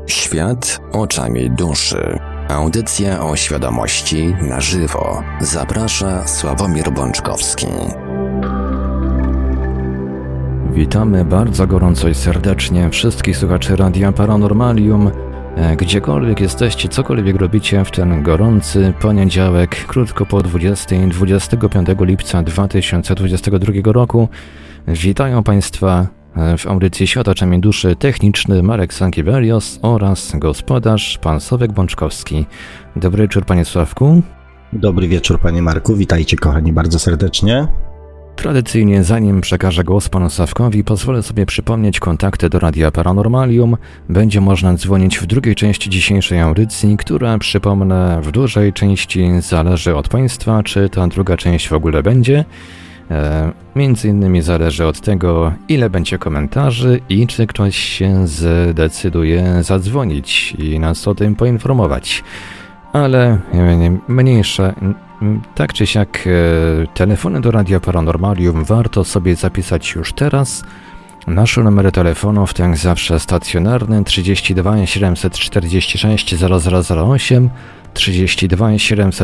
Świat oczami duszy. Audycja o świadomości na żywo. Zaprasza Sławomir Bączkowski. Witamy bardzo gorąco i serdecznie wszystkich słuchaczy Radia Paranormalium. Gdziekolwiek jesteście, cokolwiek robicie w ten gorący poniedziałek, krótko po 20, 25 lipca 2022 roku. Witają Państwa w audycji Świat oczami duszy techniczny Marek Sankiewelios oraz gospodarz pan Sławek Bączkowski. Dobry wieczór, panie Sławku. Dobry wieczór, panie Marku. Witajcie, kochani, bardzo serdecznie. Tradycyjnie, zanim przekażę głos panu Sławkowi, pozwolę sobie przypomnieć kontakty do Radia Paranormalium. Będzie można dzwonić w drugiej części dzisiejszej audycji, która, przypomnę, w dużej części zależy od państwa, czy ta druga część w ogóle będzie. Między innymi zależy od tego, ile będzie komentarzy i czy ktoś się zdecyduje zadzwonić i nas o tym poinformować. Ale mniejsza, tak czy siak telefony do Radia Paranormalium warto sobie zapisać już teraz. Nasze numery telefonów to jak zawsze stacjonarny 32 746 0008, 32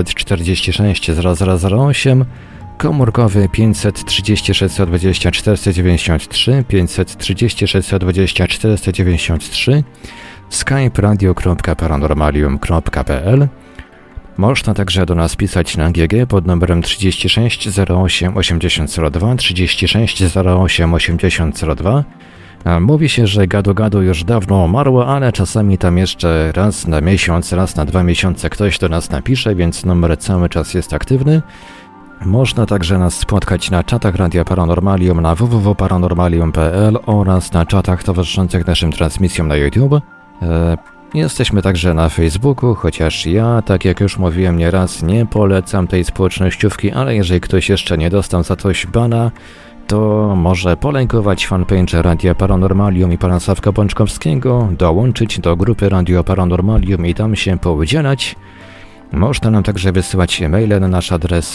746 0008, komórkowy 536 120 493, 536 120 493, skype radio.paranormalium.pl. Można także do nas pisać na GG pod numerem 36 08 8002, 36 08 8002. Mówi się, że gadu już dawno umarło, ale czasami tam jeszcze raz na miesiąc, raz na 2 miesiące ktoś do nas napisze, więc numer cały czas jest aktywny. Można także nas spotkać na czatach Radia Paranormalium na www.paranormalium.pl oraz na czatach towarzyszących naszym transmisjom na YouTube. Jesteśmy także na Facebooku, chociaż ja, tak jak już mówiłem nieraz, nie polecam tej społecznościówki, ale jeżeli ktoś jeszcze nie dostał za coś bana, to może polajkować fanpage Radia Paranormalium i pana Sławka Bączkowskiego, dołączyć do grupy Radio Paranormalium i tam się poudzielać. Można nam także wysyłać e-maile na nasz adres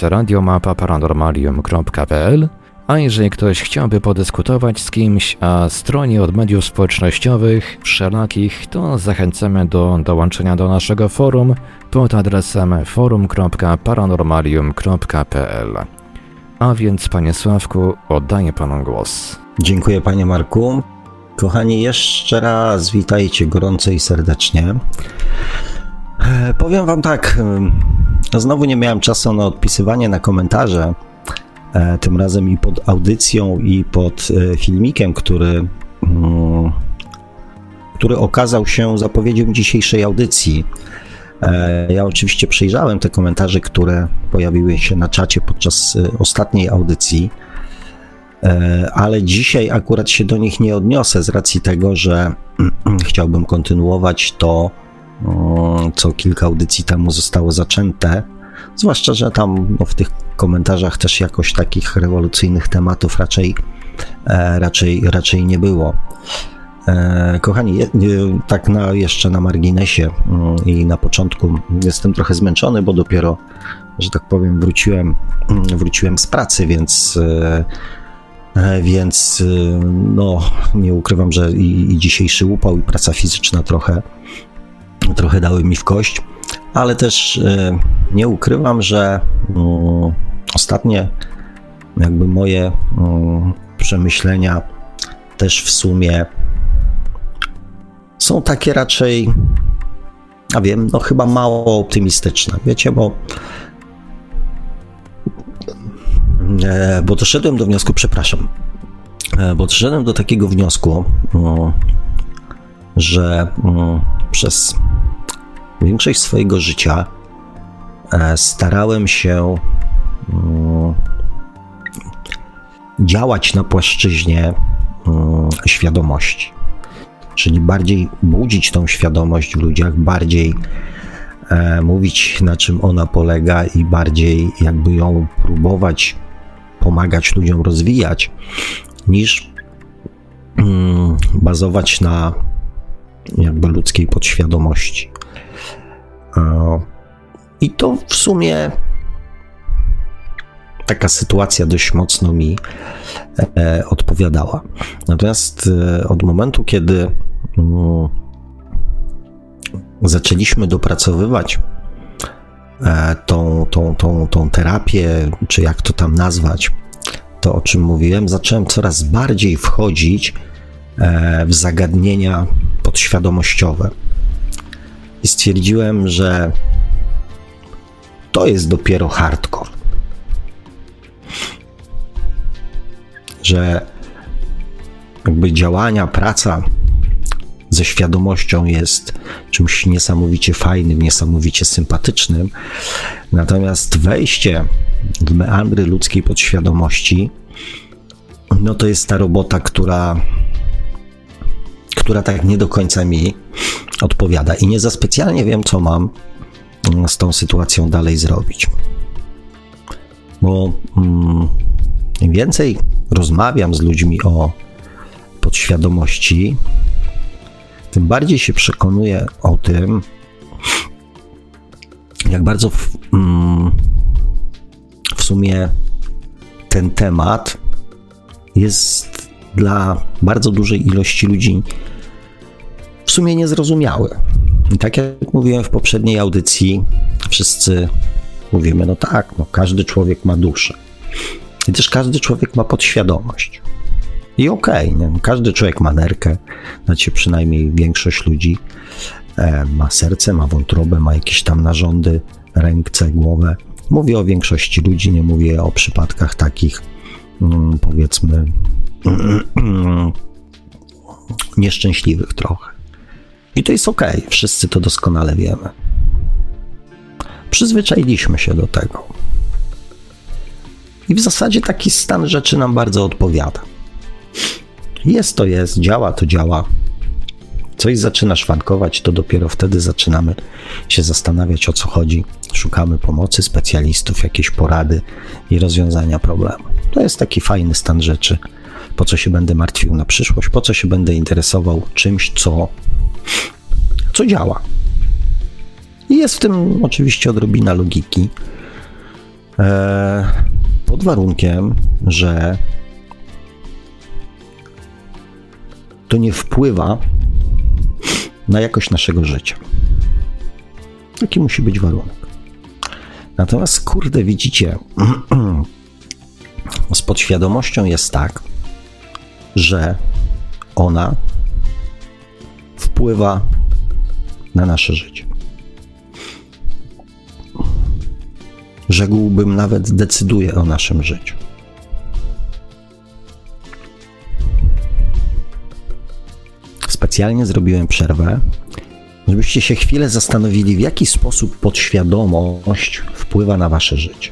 radiomapa.paranormalium.pl. A jeżeli ktoś chciałby podyskutować z kimś, a stronie od mediów społecznościowych wszelakich, to zachęcamy do dołączenia do naszego forum pod adresem forum.paranormalium.pl. A więc, panie Sławku, oddaję panu głos. Dziękuję, panie Marku. Kochani, jeszcze raz witajcie gorąco i serdecznie. Powiem wam tak, znowu nie miałem czasu na odpisywanie na komentarze, tym razem i pod audycją, i pod filmikiem, który okazał się zapowiedzią dzisiejszej audycji. Ja oczywiście przejrzałem te komentarze, które pojawiły się na czacie podczas ostatniej audycji, ale dzisiaj akurat się do nich nie odniosę z racji tego, że chciałbym kontynuować to, co kilka audycji temu zostało zaczęte, zwłaszcza, że tam w tych komentarzach też jakoś takich rewolucyjnych tematów raczej nie było. Kochani, tak jeszcze na marginesie i na początku, jestem trochę zmęczony, bo dopiero, że tak powiem, wróciłem z pracy, więc no, nie ukrywam, że i dzisiejszy upał, i praca fizyczna trochę dały mi w kość, ale też nie ukrywam, że ostatnie jakby moje przemyślenia też w sumie są takie raczej, a wiem, no chyba mało optymistyczne, wiecie, bo doszedłem do wniosku, bo doszedłem do takiego wniosku, że przez większość swojego życia starałem się działać na płaszczyźnie świadomości, czyli bardziej budzić tą świadomość w ludziach, bardziej mówić, na czym ona polega i bardziej jakby ją próbować pomagać ludziom rozwijać, niż bazować na jakby ludzkiej podświadomości. I to w sumie taka sytuacja dość mocno mi odpowiadała. Natomiast od momentu, kiedy zaczęliśmy dopracowywać tą terapię, czy jak to tam nazwać, to o czym mówiłem, zacząłem coraz bardziej wchodzić w zagadnienia podświadomościowe. I stwierdziłem, że to jest dopiero hardcore. Że jakby działania, praca ze świadomością jest czymś niesamowicie fajnym, niesamowicie sympatycznym. Natomiast wejście w meandry ludzkiej podświadomości, no to jest ta robota, która tak nie do końca mi odpowiada i nie za specjalnie wiem, co mam z tą sytuacją dalej zrobić. Bo im więcej rozmawiam z ludźmi o podświadomości, tym bardziej się przekonuję o tym, jak bardzo w sumie ten temat jest dla bardzo dużej ilości ludzi w sumie niezrozumiały. I tak jak mówiłem w poprzedniej audycji, wszyscy mówimy, no tak, no każdy człowiek ma duszę. I też każdy człowiek ma podświadomość. I okej, każdy człowiek ma nerkę, znaczy przynajmniej większość ludzi ma serce, ma wątrobę, ma jakieś tam narządy, ręce, głowę. Mówię o większości ludzi, nie mówię o przypadkach takich, powiedzmy, nieszczęśliwych trochę. I to jest okej, wszyscy to doskonale wiemy. Przyzwyczailiśmy się do tego. I w zasadzie taki stan rzeczy nam bardzo odpowiada. Jest to jest, działa to działa. Coś zaczyna szwankować, to dopiero wtedy zaczynamy się zastanawiać, o co chodzi. Szukamy pomocy specjalistów, jakieś porady i rozwiązania problemu. To jest taki fajny stan rzeczy. Po co się będę martwił na przyszłość? Po co się będę interesował czymś, co działa? I jest w tym oczywiście odrobina logiki. Pod warunkiem, że to nie wpływa na jakość naszego życia. Taki musi być warunek. Natomiast, kurde, widzicie, z podświadomością jest tak, że ona wpływa na nasze życie. Rzekłbym, nawet decyduje o naszym życiu. Specjalnie zrobiłem przerwę, żebyście się chwilę zastanowili, w jaki sposób podświadomość wpływa na wasze życie.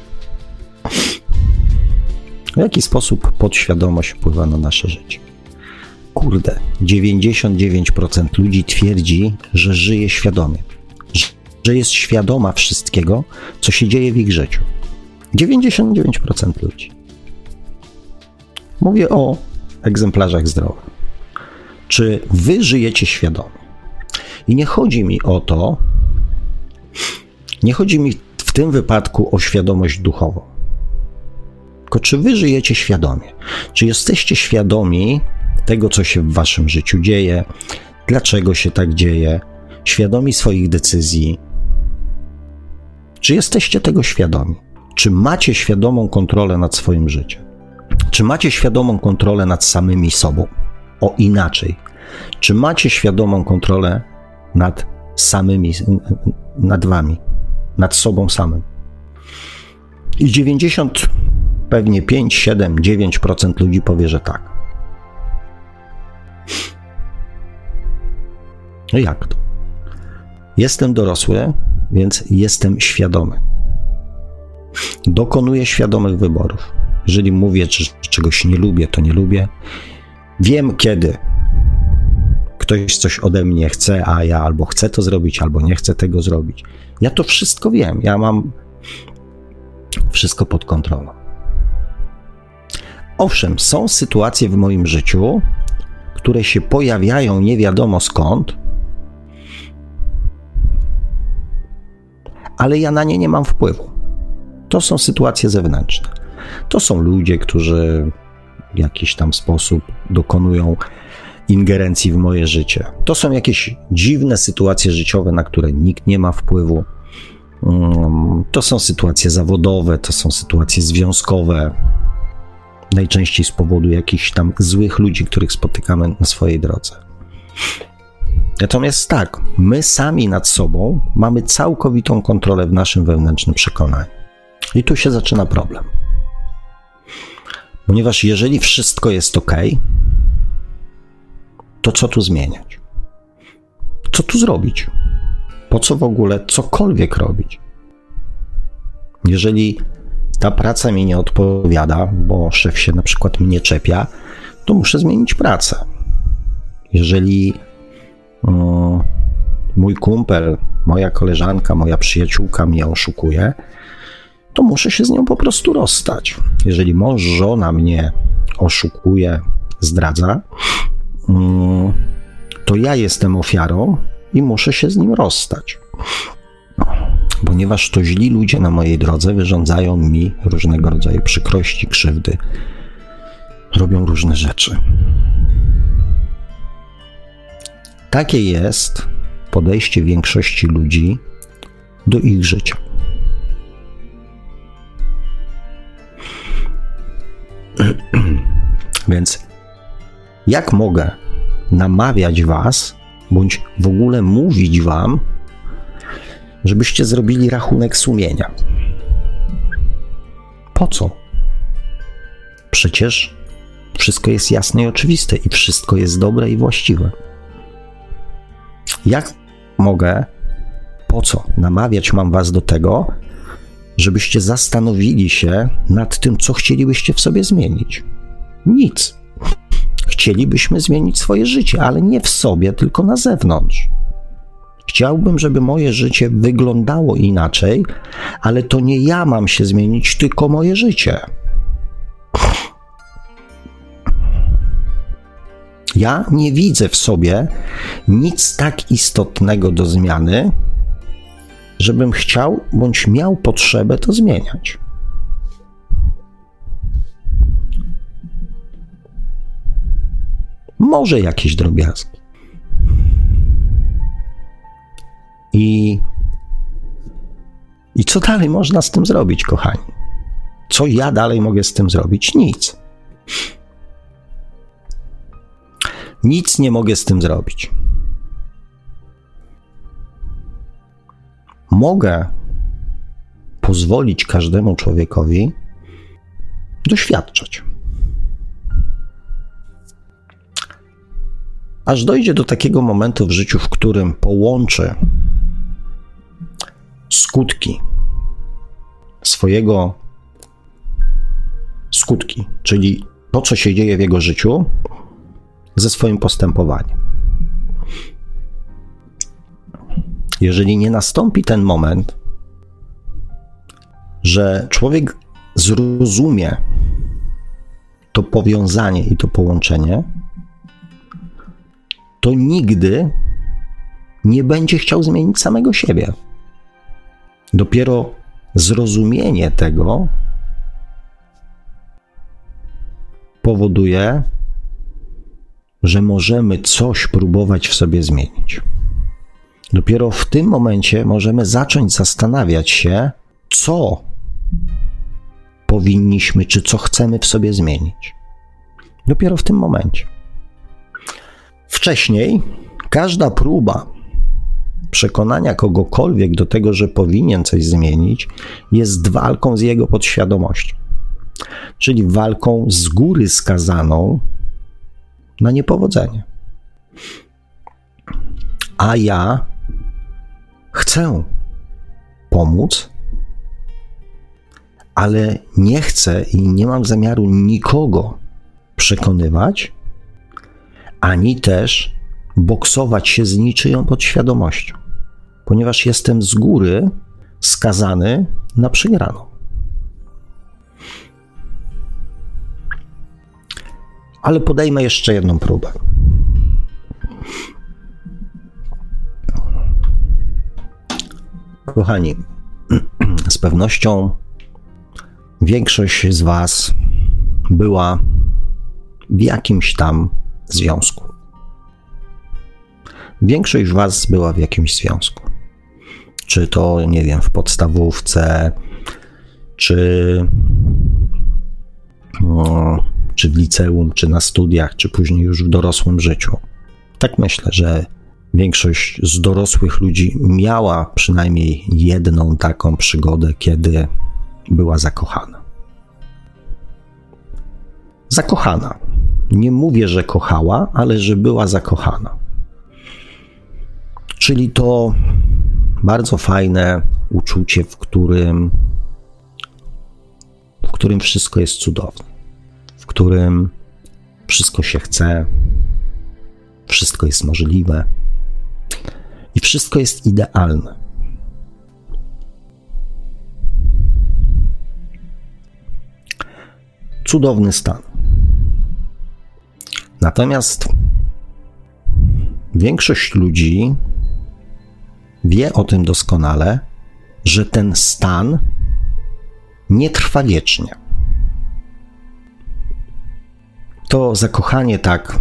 W jaki sposób podświadomość wpływa na nasze życie? Kurde, 99% ludzi twierdzi, że żyje świadomie, że jest świadoma wszystkiego, co się dzieje w ich życiu. 99% ludzi. Mówię o egzemplarzach zdrowych. Czy wy żyjecie świadomie? I nie chodzi mi o to, nie chodzi mi w tym wypadku o świadomość duchową. Tylko czy wy żyjecie świadomie? Czy jesteście świadomi tego, co się w waszym życiu dzieje, dlaczego się tak dzieje, świadomi swoich decyzji? Czy jesteście tego świadomi? Czy macie świadomą kontrolę nad swoim życiem? Czy macie świadomą kontrolę nad samymi sobą? O inaczej. Czy macie świadomą kontrolę nad samymi, nad wami, nad sobą samym? I 90, pewnie 5, 7, 9% ludzi powie, że tak. No jak to? Jestem dorosły, więc jestem świadomy. Dokonuję świadomych wyborów. Jeżeli mówię, że czegoś nie lubię, to nie lubię. Wiem, kiedy ktoś coś ode mnie chce, a ja albo chcę to zrobić, albo nie chcę tego zrobić. Ja to wszystko wiem. Ja mam wszystko pod kontrolą. Owszem, są sytuacje w moim życiu, które się pojawiają nie wiadomo skąd, ale ja na nie nie mam wpływu. To są sytuacje zewnętrzne. To są ludzie, którzy w jakiś tam sposób dokonują ingerencji w moje życie. To są jakieś dziwne sytuacje życiowe, na które nikt nie ma wpływu. To są sytuacje zawodowe, to są sytuacje związkowe, najczęściej z powodu jakichś tam złych ludzi, których spotykamy na swojej drodze. Natomiast tak, my sami nad sobą mamy całkowitą kontrolę w naszym wewnętrznym przekonaniu. I tu się zaczyna problem. Ponieważ jeżeli wszystko jest ok, to co tu zmieniać? Co tu zrobić? Po co w ogóle cokolwiek robić? Jeżeli ta praca mi nie odpowiada, bo szef się na przykład mnie czepia, to muszę zmienić pracę. Jeżeli mój kumpel, moja koleżanka, moja przyjaciółka mnie oszukuje, to muszę się z nią po prostu rozstać. Jeżeli mąż, żona mnie oszukuje, zdradza, to ja jestem ofiarą i muszę się z nim rozstać. Ponieważ to źli ludzie na mojej drodze wyrządzają mi różnego rodzaju przykrości, krzywdy, robią różne rzeczy. Takie jest podejście większości ludzi do ich życia. Więc jak mogę namawiać was, bądź w ogóle mówić wam, żebyście zrobili rachunek sumienia? Po co? Przecież wszystko jest jasne i oczywiste i wszystko jest dobre i właściwe. Jak mogę, po co namawiać mam was do tego, żebyście zastanowili się nad tym, co chcielibyście w sobie zmienić? Nic. Chcielibyśmy zmienić swoje życie, ale nie w sobie, tylko na zewnątrz. Chciałbym, żeby moje życie wyglądało inaczej, ale to nie ja mam się zmienić, tylko moje życie. Ja nie widzę w sobie nic tak istotnego do zmiany, żebym chciał bądź miał potrzebę to zmieniać. Może jakieś drobiazgi. I co dalej można z tym zrobić, kochani? Co ja dalej mogę z tym zrobić? Nic. Nic nie mogę z tym zrobić. Mogę pozwolić każdemu człowiekowi doświadczać. Aż dojdzie do takiego momentu w życiu, w którym połączy skutki, czyli to, co się dzieje w jego życiu, ze swoim postępowaniem. Jeżeli nie nastąpi ten moment, że człowiek zrozumie to powiązanie i to połączenie, to nigdy nie będzie chciał zmienić samego siebie. Dopiero zrozumienie tego powoduje, że możemy coś próbować w sobie zmienić. Dopiero w tym momencie możemy zacząć zastanawiać się, co powinniśmy, czy co chcemy w sobie zmienić. Dopiero w tym momencie. Wcześniej każda próba przekonania kogokolwiek do tego, że powinien coś zmienić, jest walką z jego podświadomością. Czyli walką z góry skazaną na niepowodzenie. A ja chcę pomóc, ale nie chcę i nie mam zamiaru nikogo przekonywać, ani też boksować się z niczyją podświadomością, ponieważ jestem z góry skazany na przegraną. Ale podejmę jeszcze jedną próbę. Kochani, z pewnością większość z was była w jakimś tam związku. Większość z was była w jakimś związku. Czy to, nie wiem, w podstawówce, czy w liceum, czy na studiach, czy później już w dorosłym życiu. Tak myślę, że większość z dorosłych ludzi miała przynajmniej jedną taką przygodę, kiedy była zakochana. Zakochana. Nie mówię, że kochała, ale że była zakochana. Czyli to bardzo fajne uczucie, w którym wszystko jest cudowne, w którym wszystko się chce, wszystko jest możliwe i wszystko jest idealne. Cudowny stan. Natomiast większość ludzi wie o tym doskonale, że ten stan nie trwa wiecznie. To zakochanie tak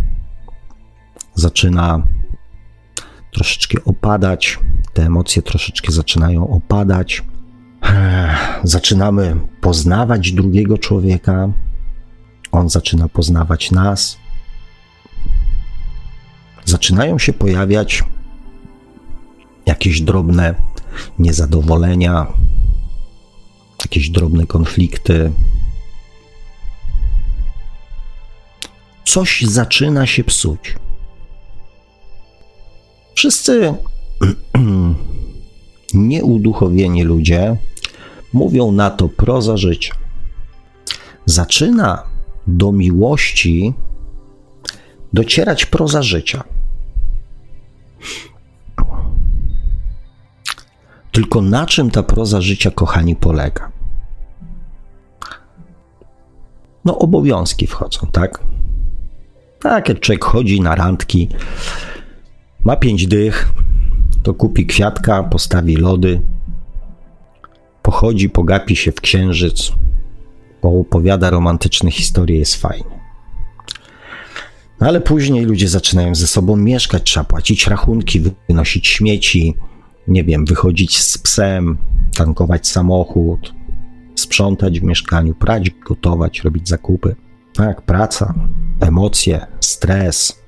zaczyna troszeczkę opadać, te emocje troszeczkę zaczynają opadać. Zaczynamy poznawać drugiego człowieka, on zaczyna poznawać nas. Zaczynają się pojawiać jakieś drobne niezadowolenia, jakieś drobne konflikty. Coś zaczyna się psuć. Wszyscy nieuduchowieni ludzie mówią na to proza życia. Zaczyna do miłości docierać proza życia. Tylko na czym ta proza życia, kochani, polega? No, obowiązki wchodzą, tak? Tak, jak człowiek chodzi na randki, ma 5 dych, to kupi kwiatka, postawi lody, pochodzi, pogapi się w księżyc, poopowiada romantyczne historie, jest fajnie. No ale później ludzie zaczynają ze sobą mieszkać, trzeba płacić rachunki, wynosić śmieci, nie wiem, wychodzić z psem, tankować samochód, sprzątać w mieszkaniu, prać, gotować, robić zakupy. Tak, praca, emocje, stres.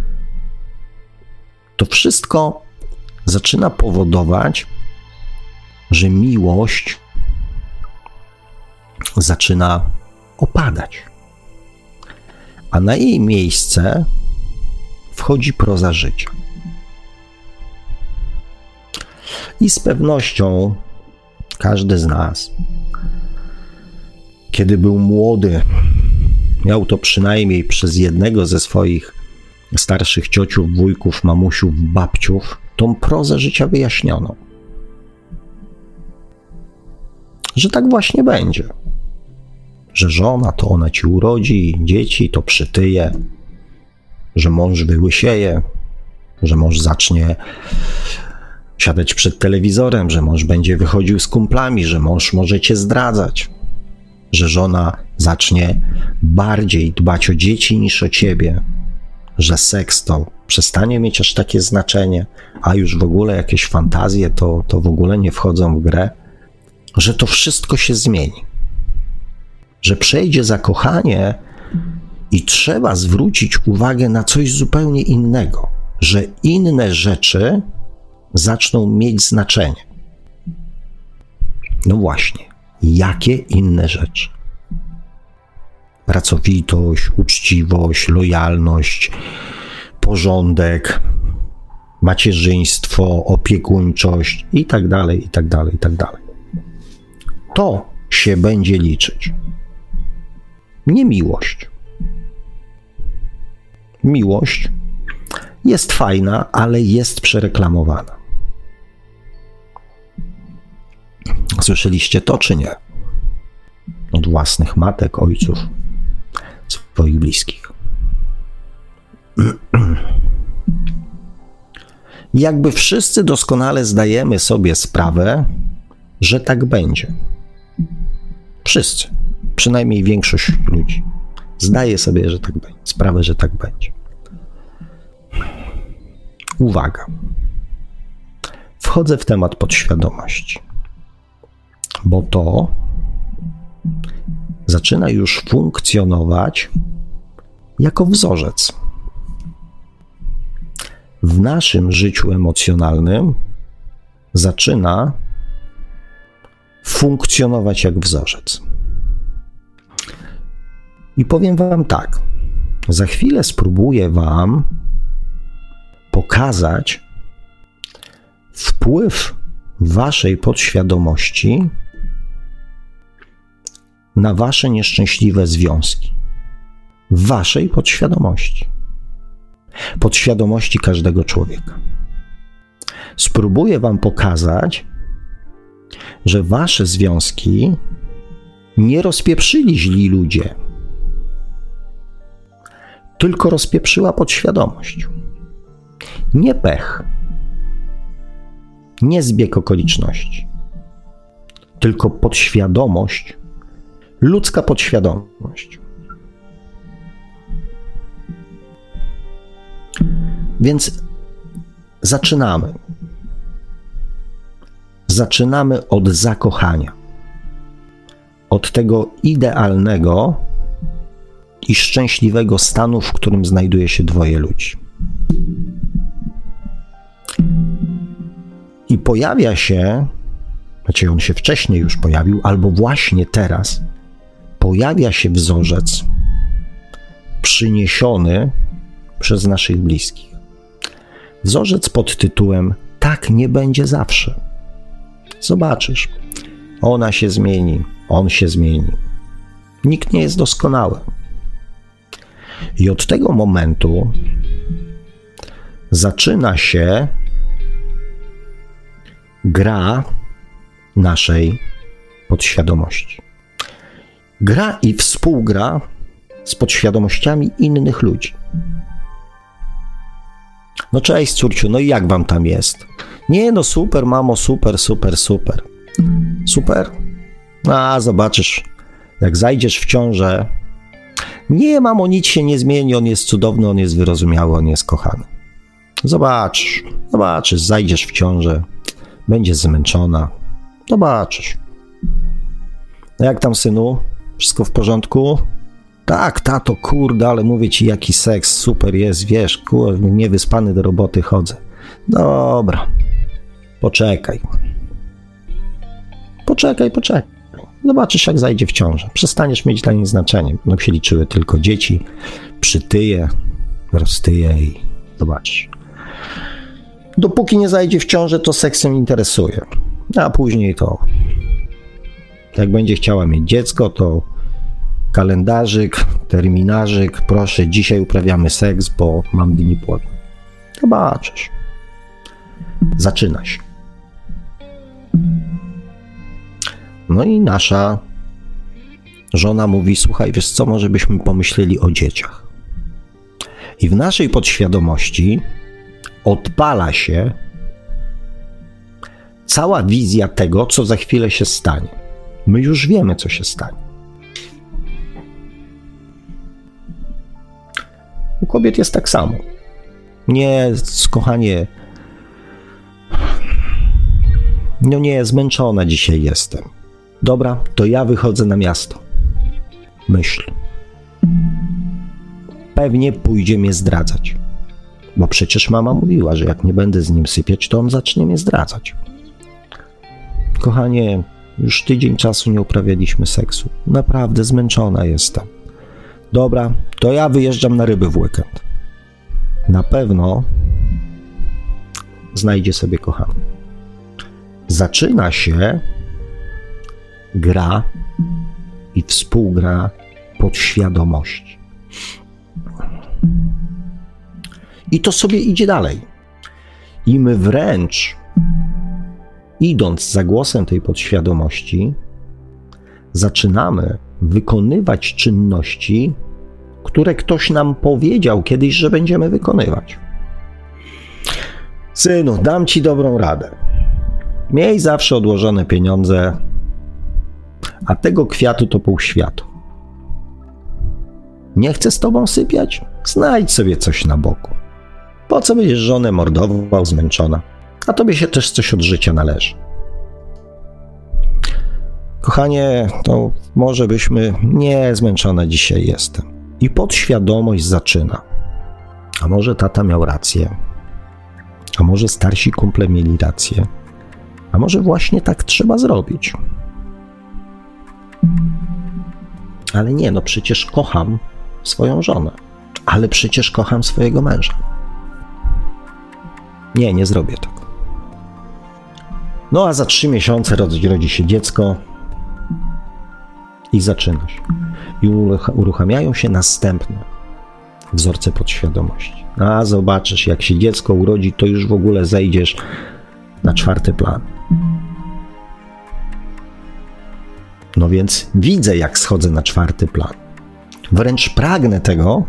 To wszystko zaczyna powodować, że miłość zaczyna opadać. A na jej miejsce wchodzi proza życia. I z pewnością każdy z nas, kiedy był młody, miał to przynajmniej przez jednego ze swoich starszych ciociów, wujków, mamusiów, babciów, tą prozę życia wyjaśnioną. Że tak właśnie będzie. Że żona to ona ci urodzi, dzieci to przytyje, że mąż wyłysieje, że mąż zacznie siadać przed telewizorem, że mąż będzie wychodził z kumplami, że mąż może cię zdradzać, że żona zacznie bardziej dbać o dzieci niż o ciebie, że seks to przestanie mieć aż takie znaczenie, a już w ogóle jakieś fantazje to w ogóle nie wchodzą w grę, że to wszystko się zmieni, że przejdzie zakochanie i trzeba zwrócić uwagę na coś zupełnie innego, że inne rzeczy zaczną mieć znaczenie. No właśnie, jakie inne rzeczy? Pracowitość, uczciwość, lojalność, porządek, macierzyństwo, opiekuńczość i tak dalej, i tak dalej, i tak dalej. To się będzie liczyć. Nie miłość. Miłość jest fajna, ale jest przereklamowana. Słyszeliście to, czy nie? Od własnych matek, ojców, swoich bliskich. Jakby wszyscy doskonale zdajemy sobie sprawę, że tak będzie. Wszyscy, przynajmniej większość ludzi, zdaje sobie, że tak będzie, sprawę, że tak będzie. Uwaga. Wchodzę w temat podświadomości, bo to zaczyna już funkcjonować jako wzorzec. W naszym życiu emocjonalnym zaczyna funkcjonować jak wzorzec. I powiem wam tak, za chwilę spróbuję wam pokazać wpływ waszej podświadomości na wasze nieszczęśliwe związki. Waszej podświadomości. Podświadomości każdego człowieka. Spróbuję wam pokazać, że wasze związki nie rozpieprzyli źli ludzie, tylko rozpieprzyła podświadomość. Nie pech, nie zbieg okoliczności, tylko podświadomość, ludzka podświadomość. Więc zaczynamy. Zaczynamy od zakochania. Od tego idealnego i szczęśliwego stanu, w którym znajduje się dwoje ludzi. I pojawia się, znaczy on się wcześniej już pojawił, albo właśnie teraz pojawia się wzorzec przyniesiony przez naszych bliskich. Wzorzec pod tytułem tak nie będzie zawsze. Zobaczysz, ona się zmieni, on się zmieni. Nikt nie jest doskonały. I od tego momentu zaczyna się gra naszej podświadomości. Gra i współgra z podświadomościami innych ludzi. No cześć, córciu, no i jak wam tam jest? Nie, no super, mamo, super. Super? A, zobaczysz, jak zajdziesz w ciążę. Nie, mamo, nic się nie zmieni, on jest cudowny, on jest wyrozumiały, on jest kochany. Zobaczysz, zajdziesz w ciążę, będziesz zmęczona. Zobaczysz. No jak tam, synu? Wszystko w porządku? Tak, tato, kurde, ale mówię ci, jaki seks, super jest, wiesz, kurde, niewyspany do roboty chodzę. Dobra, poczekaj. Zobaczysz, jak zajdzie w ciążę. Przestaniesz mieć dla niej znaczenie. Będą się liczyły tylko dzieci, przytyje, roztyje i zobaczysz. Dopóki nie zajdzie w ciążę, to seksem interesuje. A później to, jak będzie chciała mieć dziecko, to kalendarzyk, terminarzyk, proszę, dzisiaj uprawiamy seks, bo mam dni płodne. Zobaczysz. Zaczyna się. No i nasza żona mówi, słuchaj, wiesz co, może byśmy pomyśleli o dzieciach. I w naszej podświadomości odpala się cała wizja tego, co za chwilę się stanie. My już wiemy, co się stanie. U kobiet jest tak samo. Nie, kochanie, no nie, zmęczona dzisiaj jestem. Dobra, to ja wychodzę na miasto. Myśl. Pewnie pójdzie mnie zdradzać. Bo przecież mama mówiła, że jak nie będę z nim sypiać, to on zacznie mnie zdradzać. Kochanie, już tydzień czasu nie uprawialiśmy seksu. Naprawdę zmęczona jestem. Dobra, to ja wyjeżdżam na ryby w weekend. Na pewno znajdzie sobie kochaną. Zaczyna się gra i współgra podświadomości. I to sobie idzie dalej. I my wręcz, idąc za głosem tej podświadomości, zaczynamy wykonywać czynności, które ktoś nam powiedział kiedyś, że będziemy wykonywać. Synu, dam ci dobrą radę. Miej zawsze odłożone pieniądze, a tego kwiatu to pół światu. Nie chcę z tobą sypiać? Znajdź sobie coś na boku. Po co będziesz żonę mordował, zmęczona? A tobie się też coś od życia należy. Kochanie, to może byśmy... Nie, zmęczona dzisiaj jestem. I podświadomość zaczyna. A może tata miał rację? A może starsi kumple mieli rację? A może właśnie tak trzeba zrobić? Ale nie, no przecież kocham swoją żonę. Ale przecież kocham swojego męża. Nie zrobię tego. No a za 3 miesiące rodzi się dziecko i zaczyna się. I uruchamiają się następne wzorce podświadomości. A zobaczysz, jak się dziecko urodzi, to już w ogóle zejdziesz na 4. plan. No więc widzę, jak schodzę na 4. plan. Wręcz pragnę tego,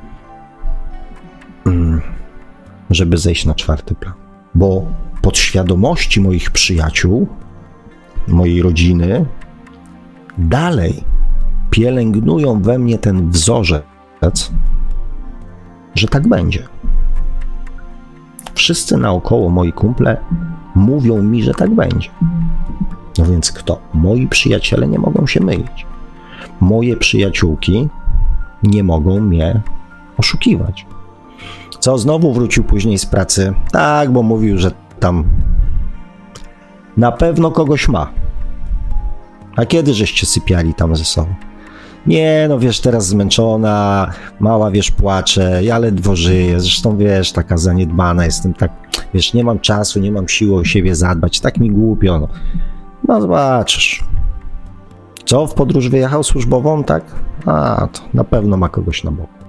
żeby zejść na 4. plan. Bo podświadomości moich przyjaciół, mojej rodziny, dalej pielęgnują we mnie ten wzorzec, że tak będzie. Wszyscy naokoło, moi kumple, mówią mi, że tak będzie. No więc kto? Moi przyjaciele nie mogą się mylić. Moje przyjaciółki nie mogą mnie oszukiwać. Co, znowu wrócił później z pracy? Tak, bo mówił, że tam na pewno kogoś ma. A kiedy żeście sypiali tam ze sobą? Nie, no wiesz, teraz zmęczona, mała, wiesz, płacze, ja ledwo żyję, zresztą wiesz, taka zaniedbana jestem, tak, wiesz, nie mam czasu, nie mam siły o siebie zadbać, tak mi głupio, no. No zobaczysz. Co, w podróż wyjechał służbową, tak? A, to na pewno ma kogoś na boku.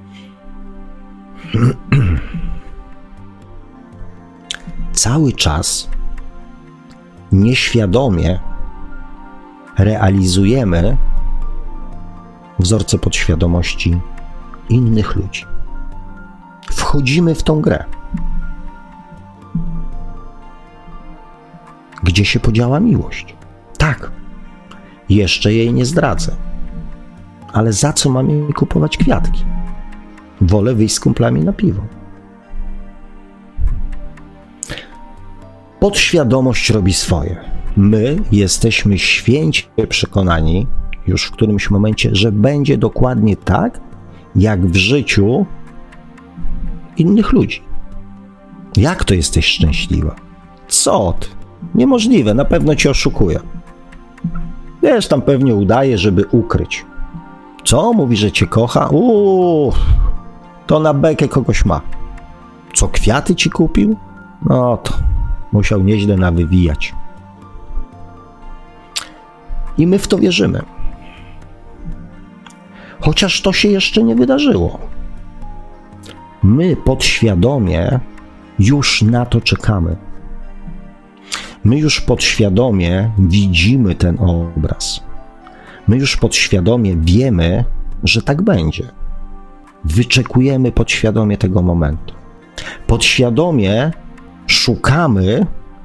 Cały czas nieświadomie realizujemy wzorce podświadomości innych ludzi. Wchodzimy w tą grę. Gdzie się podziała miłość? Tak, jeszcze jej nie zdradzę. Ale za co mam jej kupować kwiatki? Wolę wyjść z kumplami na piwo. Podświadomość robi swoje. My jesteśmy święcie przekonani już w którymś momencie, że będzie dokładnie tak, jak w życiu innych ludzi. Jak to jesteś szczęśliwa? Co ty? Niemożliwe, na pewno cię oszukuje. Wiesz, tam pewnie udaje, żeby ukryć. Co? Mówi, że cię kocha? To na bekę kogoś ma. Co, kwiaty ci kupił? No to musiał nieźle nawywijać. I my w to wierzymy. Chociaż to się jeszcze nie wydarzyło. My podświadomie już na to czekamy. My już podświadomie widzimy ten obraz. My już podświadomie wiemy, że tak będzie. Wyczekujemy podświadomie tego momentu. Podświadomie szukamy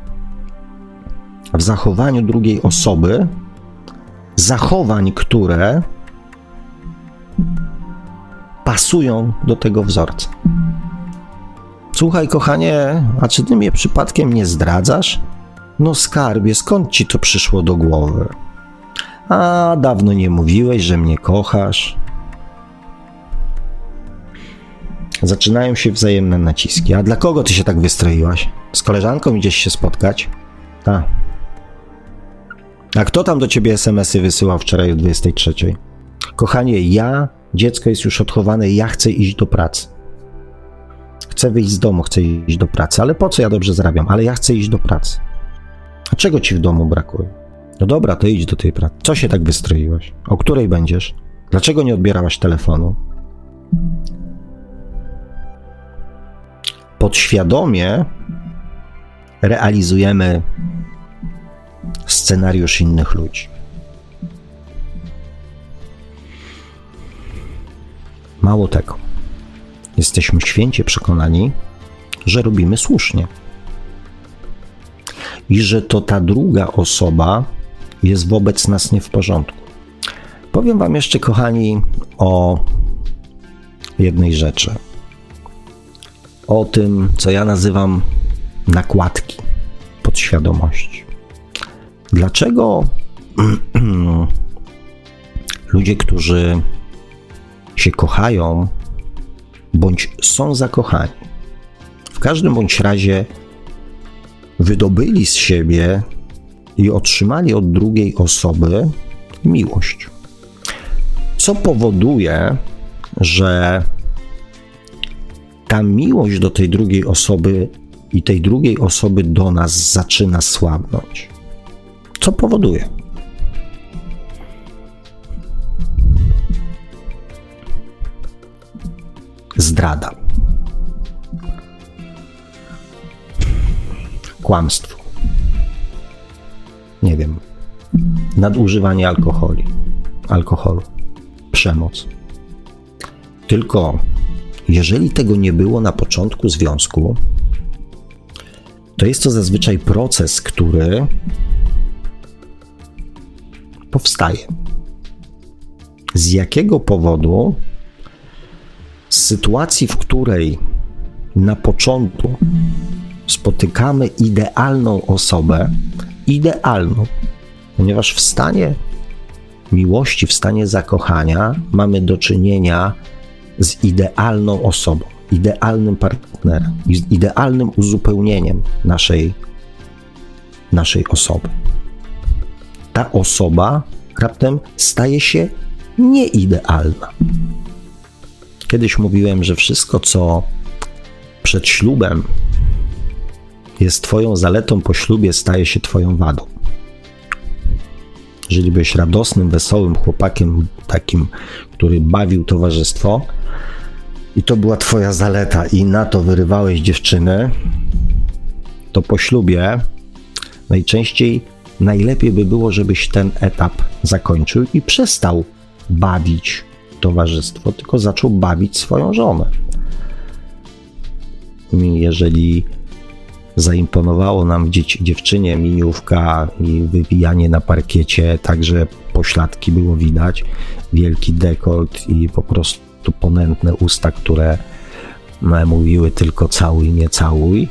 w zachowaniu drugiej osoby zachowań, które pasują do tego wzorca. Słuchaj, kochanie, a czy ty mnie przypadkiem nie zdradzasz? No skarbie, skąd ci to przyszło do głowy? A, dawno nie mówiłeś, że mnie kochasz. Zaczynają się wzajemne naciski. A dla kogo ty się tak wystroiłaś? Z koleżanką idziesz się spotkać? Tak. A kto tam do ciebie SMS-y wysyłał wczoraj o 23? Kochanie, dziecko jest już odchowane, ja chcę iść do pracy. Chcę wyjść z domu, chcę iść do pracy. Ale po co, ja dobrze zarabiam? Ale ja chcę iść do pracy. A czego ci w domu brakuje? No dobra, to idź do tej pracy. Co się tak wystroiłaś? O której będziesz? Dlaczego nie odbierałaś telefonu? Podświadomie realizujemy scenariusz innych ludzi. Mało tego, jesteśmy święcie przekonani, że robimy słusznie i że to ta druga osoba jest wobec nas nie w porządku. Powiem wam jeszcze, kochani, o jednej rzeczy. o tym, co ja nazywam nakładki podświadomości. Dlaczego ludzie, którzy się kochają, bądź są zakochani, w każdym bądź razie wydobyli z siebie i otrzymali od drugiej osoby miłość? Co powoduje, że ta miłość do tej drugiej osoby i tej drugiej osoby do nas zaczyna słabnąć? Co powoduje? Zdrada, kłamstwo, nie wiem, nadużywanie alkoholu, przemoc. Tylko jeżeli tego nie było na początku związku, to jest to zazwyczaj proces, który powstaje. Z jakiego powodu? Z sytuacji, w której na początku spotykamy idealną osobę, ponieważ w stanie miłości, w stanie zakochania mamy do czynienia z idealną osobą, idealnym partnerem, idealnym uzupełnieniem naszej osoby. Ta osoba raptem staje się nieidealna. Kiedyś mówiłem, że wszystko, co przed ślubem jest twoją zaletą, po ślubie staje się twoją wadą. Jeżeli byłeś radosnym, wesołym chłopakiem, takim, który bawił towarzystwo, i to była twoja zaleta i na to wyrywałeś dziewczyny, to po ślubie najlepiej by było, żebyś ten etap zakończył i przestał bawić towarzystwo, tylko zaczął bawić swoją żonę. Jeżeli zaimponowało nam dziewczynie miniówka i wywijanie na parkiecie, także pośladki było widać, wielki dekolt i po prostu ponętne usta, które mówiły tylko całuj, nie całuj,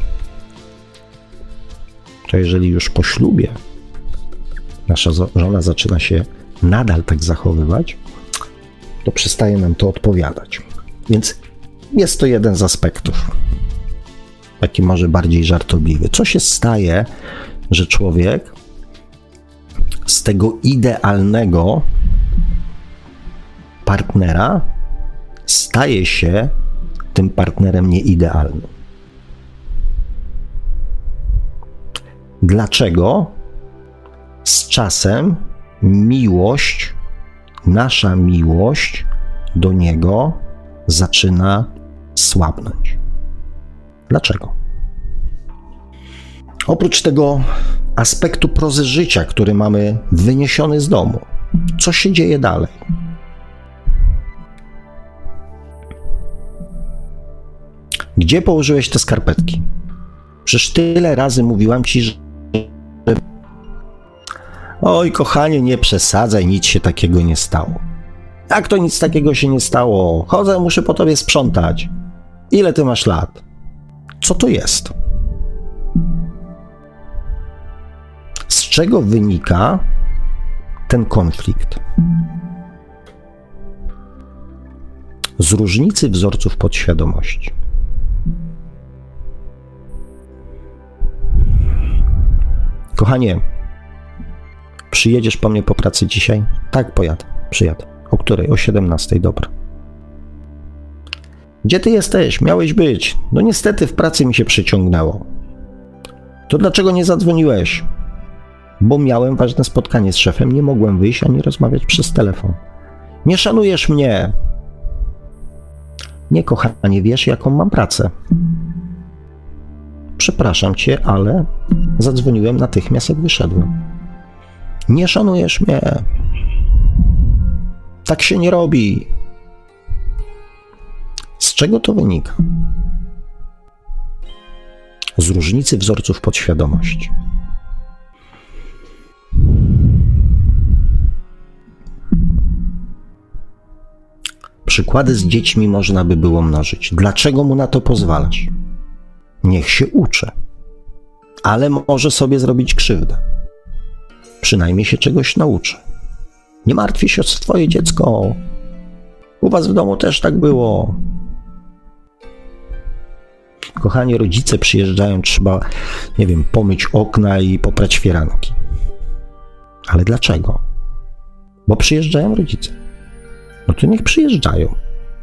to jeżeli już po ślubie nasza żona zaczyna się nadal tak zachowywać, to przestaje nam to odpowiadać. Więc jest to jeden z aspektów, taki może bardziej żartobliwy. Co się staje, że człowiek z tego idealnego partnera staje się tym partnerem nieidealnym? Dlaczego z czasem nasza miłość do niego zaczyna słabnąć? Dlaczego? Oprócz tego aspektu prozy życia, który mamy wyniesiony z domu, co się dzieje dalej? Gdzie położyłeś te skarpetki? Przecież tyle razy mówiłam ci, że oj, kochanie, nie przesadzaj, nic się takiego nie stało. Jak to nic takiego się nie stało? Chodzę, muszę po tobie sprzątać. Ile ty masz lat? Co to jest? Z czego wynika ten konflikt? Z różnicy wzorców podświadomości. Kochanie, przyjedziesz po mnie po pracy dzisiaj? Tak, przyjadę. O której? O 17:00, dobra. Gdzie ty jesteś? Miałeś być. No niestety w pracy mi się przyciągnęło. To dlaczego nie zadzwoniłeś? Bo miałem ważne spotkanie z szefem, nie mogłem wyjść ani rozmawiać przez telefon. Nie szanujesz mnie. Nie, kochanie, wiesz, jaką mam pracę. Przepraszam cię, ale zadzwoniłem natychmiast, jak wyszedłem. Nie szanujesz mnie. Tak się nie robi. Z czego to wynika? Z różnicy wzorców podświadomości. Przykład. przykłady z dziećmi można by było mnożyć. Dlaczego mu na to pozwalasz? Niech się uczy, ale może sobie zrobić krzywdę. Przynajmniej się czegoś nauczy. Nie martwi się o twoje dziecko. U was w domu też tak było. Kochani, rodzice przyjeżdżają, trzeba, nie wiem, pomyć okna i poprać firanki. Ale dlaczego? Bo przyjeżdżają rodzice. No to niech przyjeżdżają.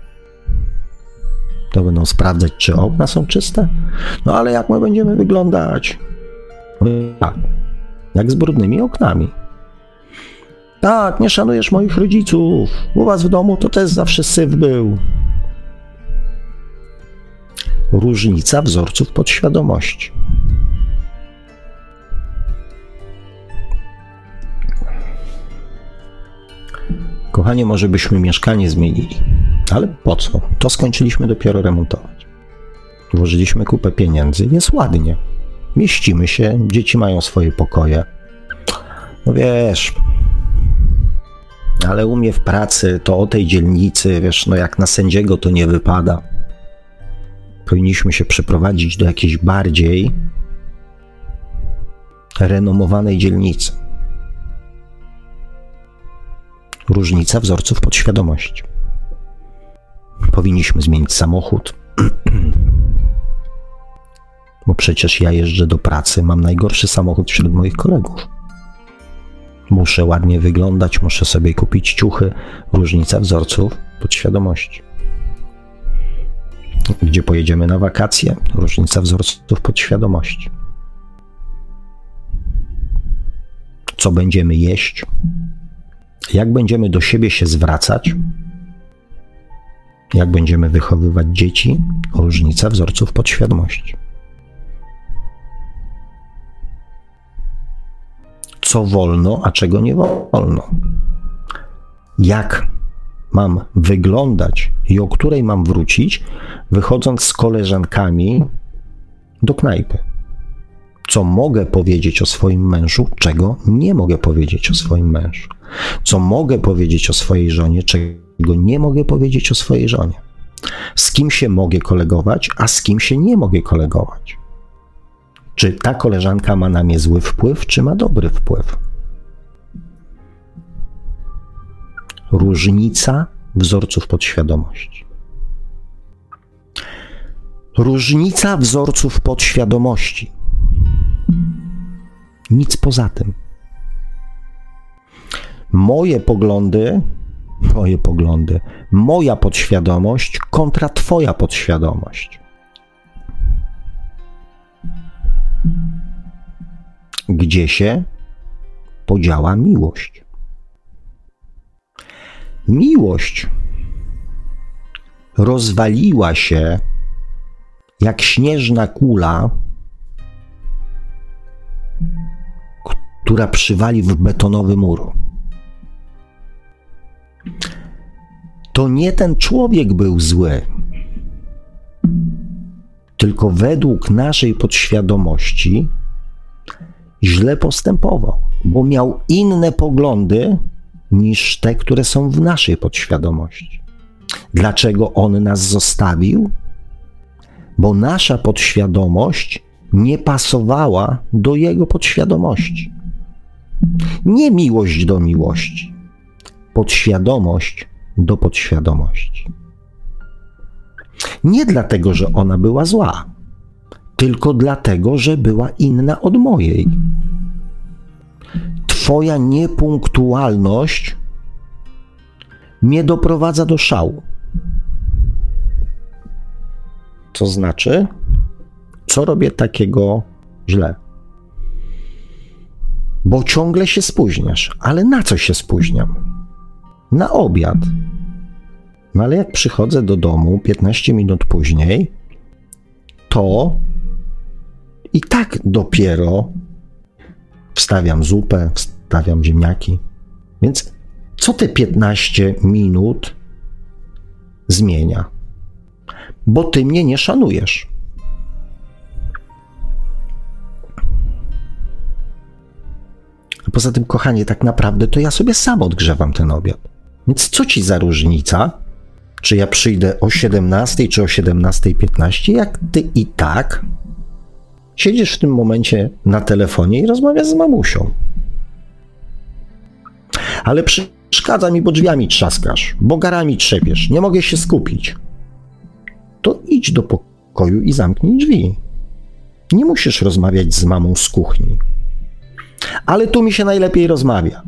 To będą sprawdzać, czy okna są czyste? No ale jak my będziemy wyglądać? No tak, jak z brudnymi oknami. Tak, nie szanujesz moich rodziców. U was w domu to też zawsze syf był. Różnica wzorców podświadomości. Kochanie, może byśmy mieszkanie zmienili. Ale po co? To skończyliśmy dopiero remontować. Włożyliśmy kupę pieniędzy, jest ładnie. Mieścimy się, dzieci mają swoje pokoje. No wiesz, ale u mnie w pracy to o tej dzielnicy, wiesz, no jak na sędziego to nie wypada. Powinniśmy się przeprowadzić do jakiejś bardziej renomowanej dzielnicy. Różnica wzorców podświadomości. Powinniśmy zmienić samochód. Bo przecież ja jeżdżę do pracy, mam najgorszy samochód wśród moich kolegów. Muszę ładnie wyglądać, muszę sobie kupić ciuchy. Różnica wzorców podświadomości. Gdzie pojedziemy na wakacje? Różnica wzorców podświadomości. Co będziemy jeść? Jak będziemy do siebie się zwracać? Jak będziemy wychowywać dzieci? Różnica wzorców podświadomości. Co wolno, a czego nie wolno? Jak mam wyglądać i o której mam wrócić, wychodząc z koleżankami do knajpy? Co mogę powiedzieć o swoim mężu, czego nie mogę powiedzieć o swoim mężu? Co mogę powiedzieć o swojej żonie, czego nie mogę powiedzieć o swojej żonie? Z kim się mogę kolegować, a z kim się nie mogę kolegować? Czy ta koleżanka ma na mnie zły wpływ, czy ma dobry wpływ? Różnica wzorców podświadomości. Różnica wzorców podświadomości. Nic poza tym. Moje poglądy, moja podświadomość kontra twoja podświadomość. Gdzie się podziała miłość? Miłość rozwaliła się jak śnieżna kula, która przywali w betonowy mur. To nie ten człowiek był zły, tylko według naszej podświadomości źle postępował, bo miał inne poglądy niż te, które są w naszej podświadomości. Dlaczego on nas zostawił? Bo nasza podświadomość nie pasowała do jego podświadomości. Nie miłość do miłości, podświadomość do podświadomości. Nie dlatego, że ona była zła, tylko dlatego, że była inna od mojej. Twoja niepunktualność mnie doprowadza do szału. To znaczy, co robię takiego źle? Bo ciągle się spóźniasz. Ale na co się spóźniam? Na obiad. No ale jak przychodzę do domu 15 minut później, to i tak dopiero wstawiam zupę, wstawiam ziemniaki. Więc co te 15 minut zmienia? Bo ty mnie nie szanujesz. A poza tym, kochanie, tak naprawdę to ja sobie sam odgrzewam ten obiad. Więc co ci za różnica, czy ja przyjdę o 17 czy o 17:15, jak ty i tak siedzisz w tym momencie na telefonie i rozmawiasz z mamusią. Ale przeszkadza mi, bo drzwiami trzaskasz, bo garami trzepiesz, nie mogę się skupić. To idź do pokoju i zamknij drzwi. Nie musisz rozmawiać z mamą z kuchni. Ale tu mi się najlepiej rozmawia.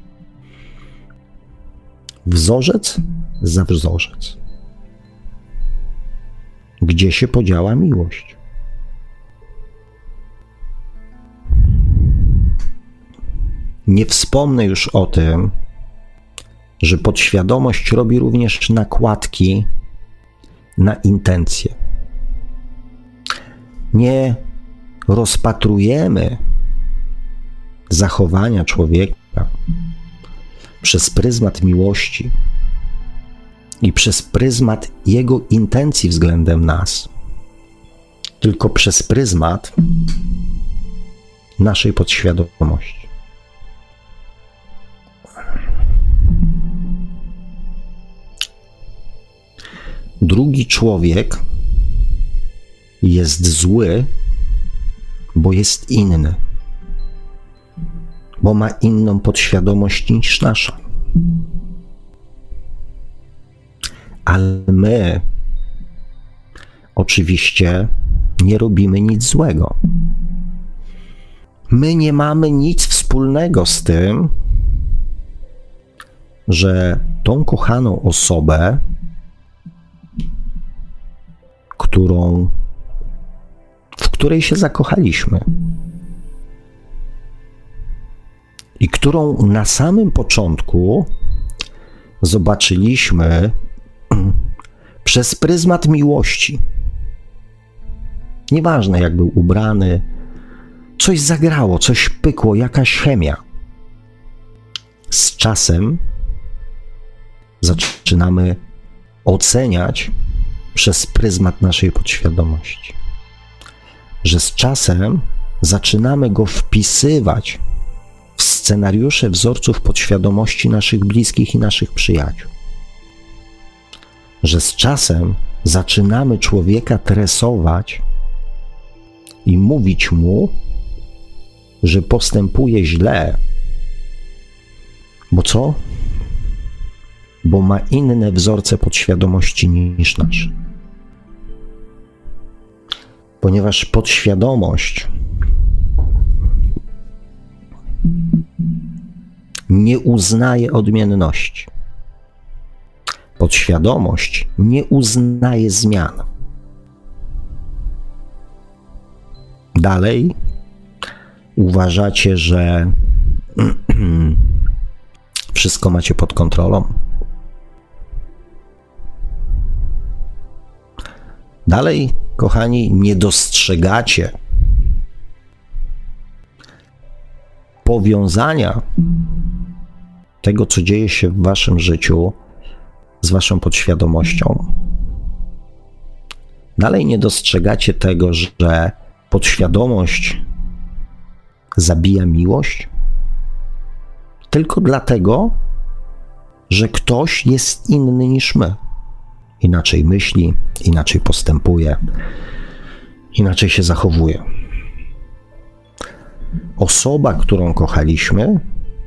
Wzorzec za wzorzec. Gdzie się podziała miłość? Nie wspomnę już o tym, że podświadomość robi również nakładki na intencje. Nie rozpatrujemy zachowania człowieka przez pryzmat miłości i przez pryzmat jego intencji względem nas, tylko przez pryzmat naszej podświadomości. Drugi człowiek jest zły, bo jest inny, bo ma inną podświadomość niż nasza. Ale my oczywiście nie robimy nic złego. My nie mamy nic wspólnego z tym, że tą kochaną osobę, w której się zakochaliśmy i którą na samym początku zobaczyliśmy przez pryzmat miłości. Nieważne, jak był ubrany, coś zagrało, coś pykło, jakaś chemia. Z czasem zaczynamy oceniać przez pryzmat naszej podświadomości. Że z czasem zaczynamy go wpisywać w scenariusze wzorców podświadomości naszych bliskich i naszych przyjaciół. Że z czasem zaczynamy człowieka tresować i mówić mu, że postępuje źle. Bo co? Bo ma inne wzorce podświadomości niż nasze. Ponieważ podświadomość nie uznaje odmienności. Podświadomość nie uznaje zmian. Dalej uważacie, że wszystko macie pod kontrolą. Dalej, kochani, nie dostrzegacie powiązania tego, co dzieje się w waszym życiu z waszą podświadomością. Dalej nie dostrzegacie tego, że podświadomość zabija miłość tylko dlatego, że ktoś jest inny niż my. Inaczej myśli, inaczej postępuje, inaczej się zachowuje. Osoba, którą kochaliśmy,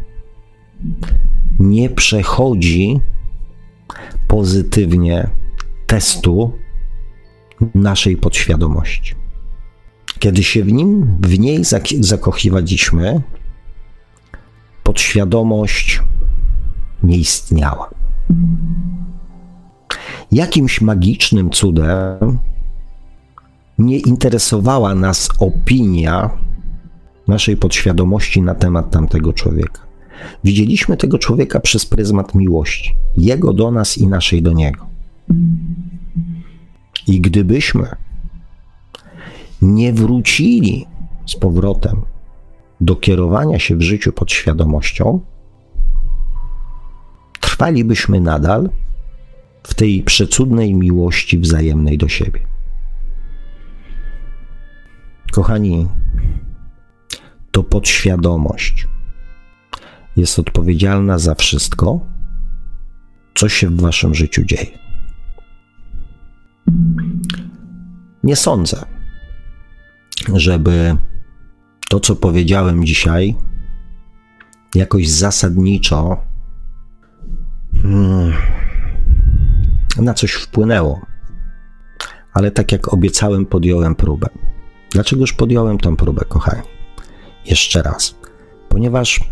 nie przechodzi pozytywnie testu naszej podświadomości. Kiedy się w niej zakochiwaliśmy, podświadomość nie istniała. Jakimś magicznym cudem nie interesowała nas opinia naszej podświadomości na temat tamtego człowieka. Widzieliśmy tego człowieka przez pryzmat miłości, jego do nas i naszej do niego. I gdybyśmy nie wrócili z powrotem do kierowania się w życiu podświadomością, trwalibyśmy nadal w tej przecudnej miłości wzajemnej do siebie. Kochani, to podświadomość jest odpowiedzialna za wszystko, co się w waszym życiu dzieje. Nie sądzę, żeby to, co powiedziałem dzisiaj, jakoś zasadniczo na coś wpłynęło. Ale tak jak obiecałem, podjąłem próbę. Dlaczegoż podjąłem tę próbę, kochani? Jeszcze raz. Ponieważ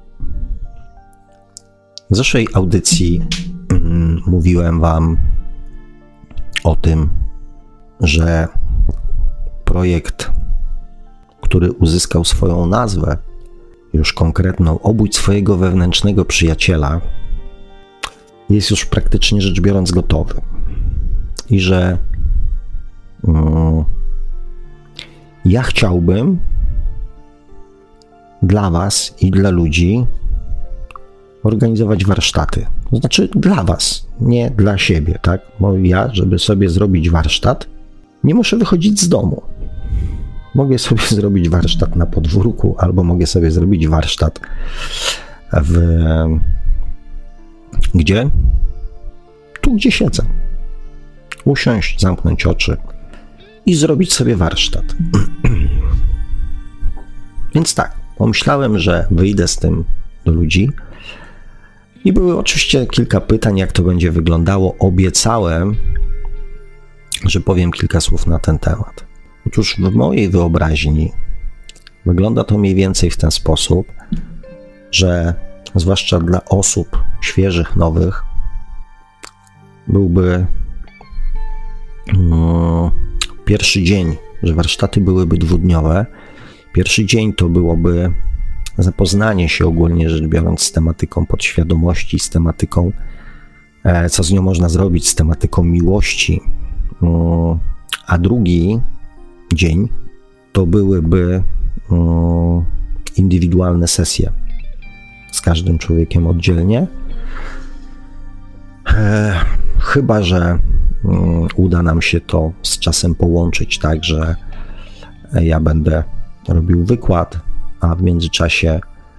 w zeszłej audycji mówiłem wam o tym, że projekt, który uzyskał swoją nazwę, już konkretną, Obudź swojego wewnętrznego przyjaciela, jest już praktycznie rzecz biorąc gotowy. I że ja chciałbym dla was i dla ludzi organizować warsztaty. To znaczy dla was, nie dla siebie, tak? Bo ja, żeby sobie zrobić warsztat, nie muszę wychodzić z domu. Mogę sobie zrobić warsztat na podwórku, albo mogę sobie zrobić warsztat gdzie? Tu, gdzie siedzę. Usiąść, zamknąć oczy i zrobić sobie warsztat. Więc tak, pomyślałem, że wyjdę z tym do ludzi i były oczywiście kilka pytań, jak to będzie wyglądało. Obiecałem, że powiem kilka słów na ten temat. Otóż w mojej wyobraźni wygląda to mniej więcej w ten sposób, że zwłaszcza dla osób świeżych, nowych, byłby pierwszy dzień, że warsztaty byłyby dwudniowe. Pierwszy dzień to byłoby zapoznanie się ogólnie rzecz biorąc z tematyką podświadomości, z tematyką, co z nią można zrobić, z tematyką miłości. A drugi dzień to byłyby indywidualne sesje z każdym człowiekiem oddzielnie. Chyba że uda nam się to z czasem połączyć tak, że ja będę robił wykład, a w międzyczasie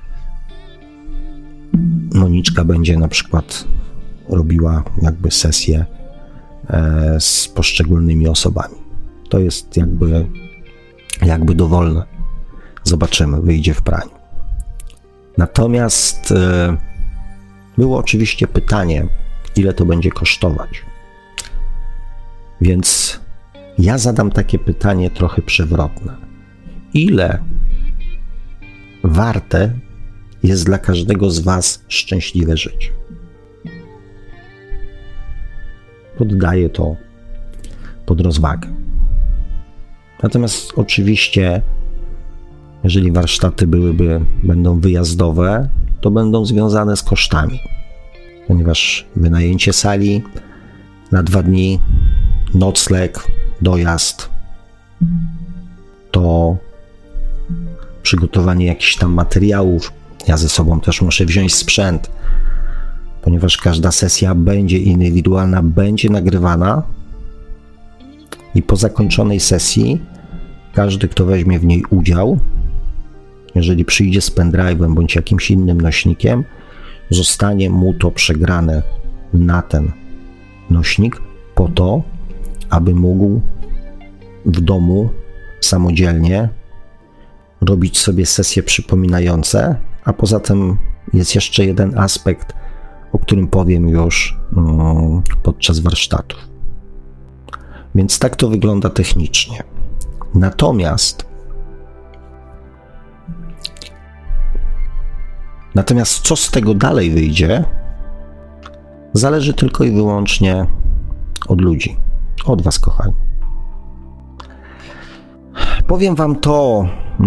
Moniczka będzie na przykład robiła jakby sesję z poszczególnymi osobami. To jest jakby dowolne. Zobaczymy, wyjdzie w praniu. Natomiast było oczywiście pytanie, ile to będzie kosztować. Więc ja zadam takie pytanie trochę przewrotne. Ile warte jest dla każdego z was szczęśliwe życie? Poddaję to pod rozwagę. Natomiast oczywiście, jeżeli warsztaty będą wyjazdowe, to będą związane z kosztami, ponieważ wynajęcie sali na 2 dni, nocleg, dojazd, to przygotowanie jakichś tam materiałów. Ja ze sobą też muszę wziąć sprzęt, ponieważ każda sesja będzie indywidualna, będzie nagrywana i po zakończonej sesji każdy, kto weźmie w niej udział, jeżeli przyjdzie z pendrive'em bądź jakimś innym nośnikiem, zostanie mu to przegrane na ten nośnik po to, aby mógł w domu samodzielnie robić sobie sesje przypominające, a poza tym jest jeszcze jeden aspekt, o którym powiem już podczas warsztatów. Więc tak to wygląda technicznie. Natomiast co z tego dalej wyjdzie, zależy tylko i wyłącznie od ludzi, od was, kochani. Powiem wam to,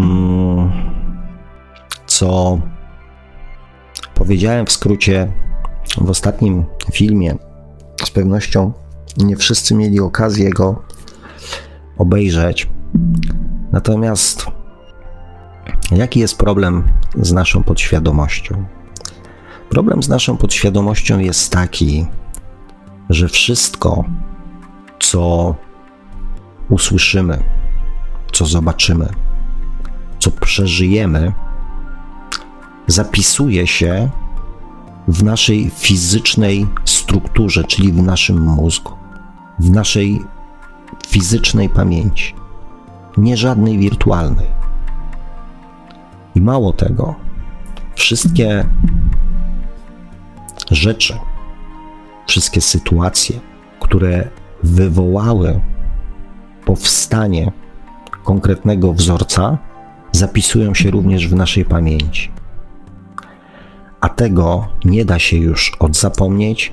co powiedziałem w skrócie w ostatnim filmie. Z pewnością nie wszyscy mieli okazję go obejrzeć. Natomiast jaki jest problem z naszą podświadomością? Problem z naszą podświadomością jest taki, że wszystko, co usłyszymy, co zobaczymy, co przeżyjemy, zapisuje się w naszej fizycznej strukturze, czyli w naszym mózgu, w naszej fizycznej pamięci, nie żadnej wirtualnej. I mało tego, wszystkie rzeczy, wszystkie sytuacje, które wywołały powstanie konkretnego wzorca, zapisują się również w naszej pamięci. A tego nie da się już odzapomnieć,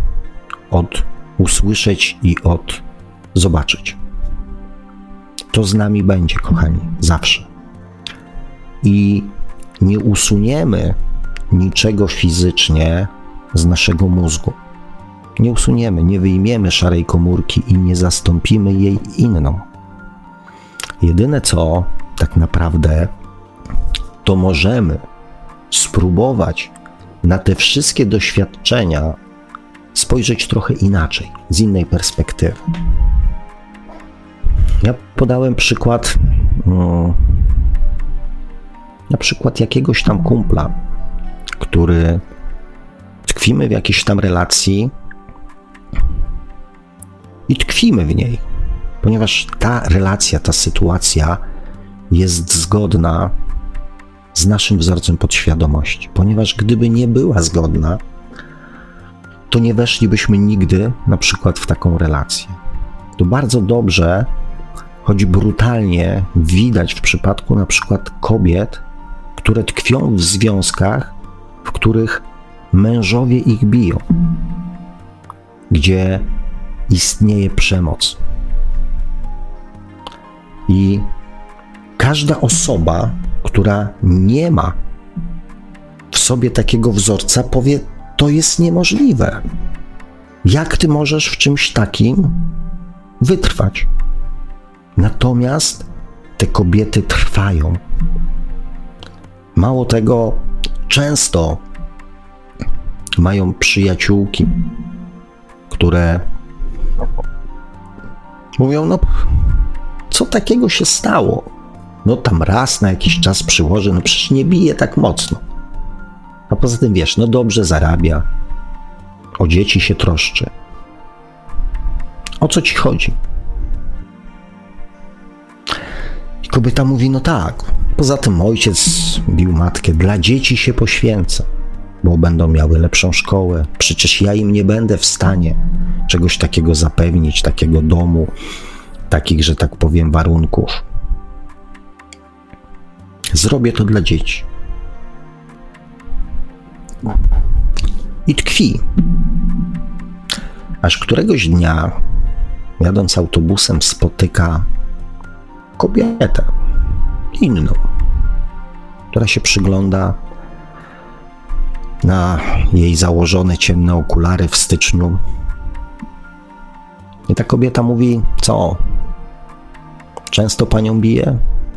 usłyszeć i zobaczyć. To z nami będzie, kochani, zawsze. I nie usuniemy niczego fizycznie z naszego mózgu. Nie usuniemy, nie wyjmiemy szarej komórki i nie zastąpimy jej inną. Jedyne co tak naprawdę, to możemy spróbować na te wszystkie doświadczenia spojrzeć trochę inaczej, z innej perspektywy. Ja podałem przykład, na przykład jakiegoś tam kumpla, który tkwimy w jakiejś tam relacji i tkwimy w niej, ponieważ ta relacja, ta sytuacja jest zgodna z naszym wzorcem podświadomości. Ponieważ gdyby nie była zgodna, to nie weszlibyśmy nigdy na przykład w taką relację. To bardzo dobrze, choć brutalnie widać w przypadku na przykład kobiet, które tkwią w związkach, w których mężowie ich biją, gdzie istnieje przemoc. I każda osoba, która nie ma w sobie takiego wzorca, powie, to jest niemożliwe. Jak ty możesz w czymś takim wytrwać? Natomiast te kobiety trwają. Mało tego, często mają przyjaciółki, które mówią, no co takiego się stało? No tam raz na jakiś czas przyłoży, no przecież nie bije tak mocno. A poza tym wiesz, no dobrze zarabia, o dzieci się troszczy. O co ci chodzi? I kobieta mówi, no tak, poza tym ojciec bił matkę, dla dzieci się poświęca, bo będą miały lepszą szkołę. Przecież ja im nie będę w stanie czegoś takiego zapewnić, takiego domu, takich, że tak powiem, warunków. Zrobię to dla dzieci. I tkwi. Aż któregoś dnia, jadąc autobusem, spotyka kobietę, inną, która się przygląda na jej założone ciemne okulary w styczniu. I ta kobieta mówi, co? Często panią bije?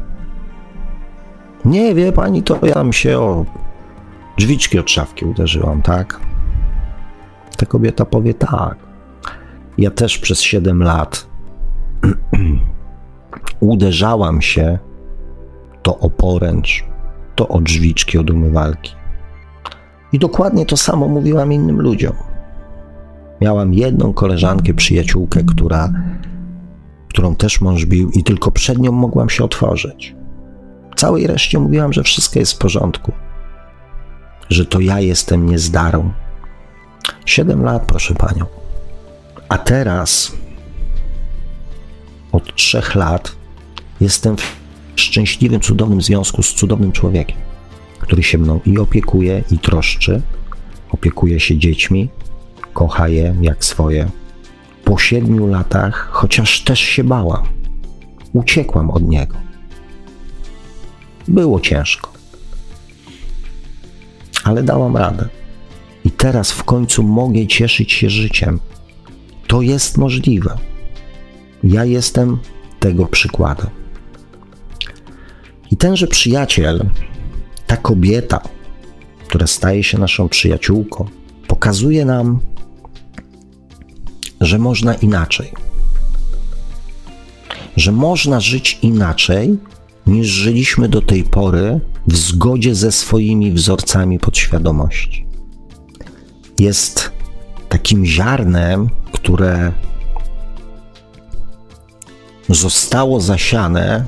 Nie, wie pani, to ja tam się o drzwiczki od szafki uderzyłam, tak? Ta kobieta powie, tak. Ja też przez 7 lat uderzałam się to o poręcz, to o drzwiczki od umywalki. I dokładnie to samo mówiłam innym ludziom. Miałam jedną koleżankę, przyjaciółkę, którą też mąż bił i tylko przed nią mogłam się otworzyć. Całej reszcie mówiłam, że wszystko jest w porządku. Że to ja jestem niezdarą. 7 lat, proszę panią. A teraz od 3 lat jestem w szczęśliwym, cudownym związku z cudownym człowiekiem, który się mną i opiekuje, i troszczy, opiekuje się dziećmi, kocha je jak swoje. Po 7 latach, chociaż też się bałam, uciekłam od niego. Było ciężko, ale dałam radę. I teraz w końcu mogę cieszyć się życiem. To jest możliwe. Ja jestem tego przykładem. I tenże przyjaciel, ta kobieta, która staje się naszą przyjaciółką, pokazuje nam, że można inaczej. Że można żyć inaczej, niż żyliśmy do tej pory w zgodzie ze swoimi wzorcami podświadomości. Jest takim ziarnem, które zostało zasiane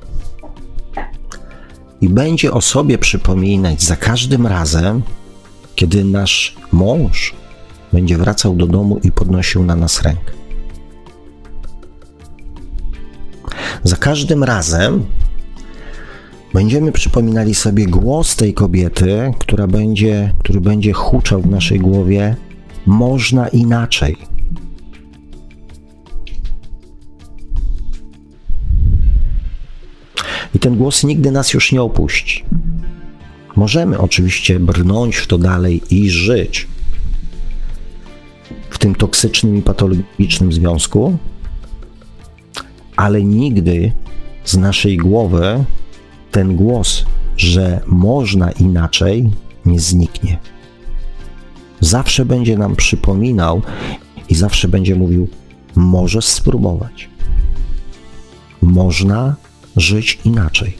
i będzie o sobie przypominać za każdym razem, kiedy nasz mąż będzie wracał do domu i podnosił na nas rękę. Za każdym razem będziemy przypominali sobie głos tej kobiety, który będzie huczał w naszej głowie: można inaczej. I ten głos nigdy nas już nie opuści. Możemy oczywiście brnąć w to dalej i żyć w tym toksycznym i patologicznym związku, ale nigdy z naszej głowy ten głos, że można inaczej, nie zniknie. Zawsze będzie nam przypominał i zawsze będzie mówił: możesz spróbować. Można żyć inaczej.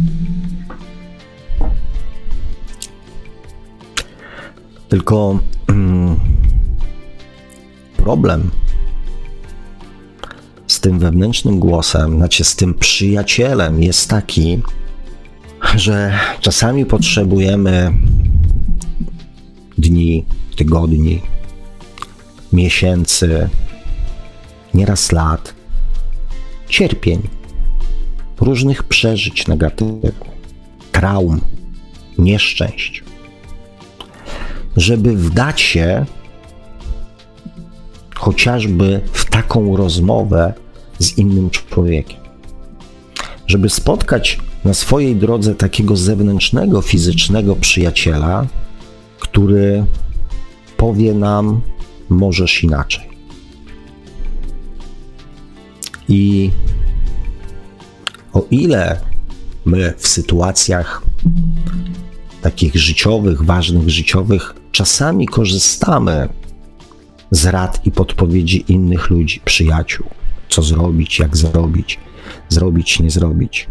Tylko problem z tym wewnętrznym głosem, znaczy z tym przyjacielem, jest taki, że czasami potrzebujemy dni, tygodni, miesięcy, nieraz lat, cierpień, różnych przeżyć negatywnych, traum, nieszczęść, żeby wdać się chociażby w taką rozmowę z innym człowiekiem, żeby spotkać na swojej drodze takiego zewnętrznego, fizycznego przyjaciela, który powie nam: możesz inaczej. I o ile my w sytuacjach takich życiowych, ważnych życiowych, czasami korzystamy z rad i podpowiedzi innych ludzi, przyjaciół, co zrobić, jak zrobić, nie zrobić,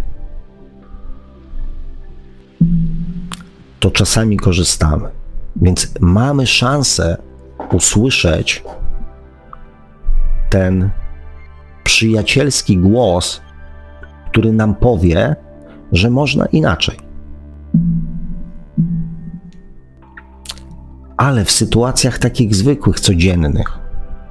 to czasami korzystamy. Więc mamy szansę usłyszeć ten przyjacielski głos, który nam powie, że można inaczej. Ale w sytuacjach takich zwykłych, codziennych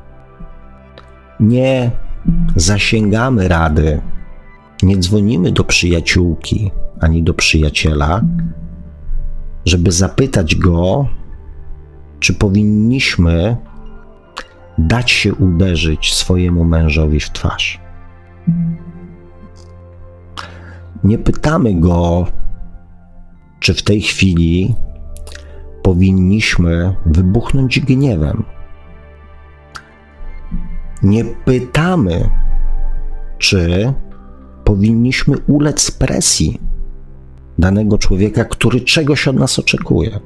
nie zasięgamy rady, nie dzwonimy do przyjaciółki ani do przyjaciela, żeby zapytać go, czy powinniśmy dać się uderzyć swojemu mężowi w twarz. Nie pytamy go, czy w tej chwili powinniśmy wybuchnąć gniewem. Nie pytamy, czy powinniśmy ulec presji danego człowieka, który czegoś od nas oczekuje.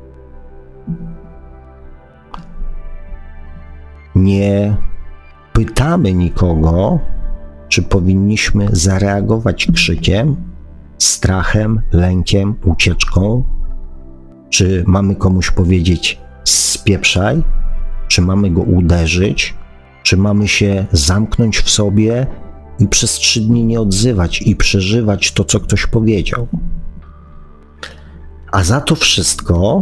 Nie pytamy nikogo, czy powinniśmy zareagować krzykiem, strachem, lękiem, ucieczką, czy mamy komuś powiedzieć: spieprzaj, czy mamy go uderzyć, czy mamy się zamknąć w sobie i przez 3 dni nie odzywać i przeżywać to, co ktoś powiedział. A za to wszystko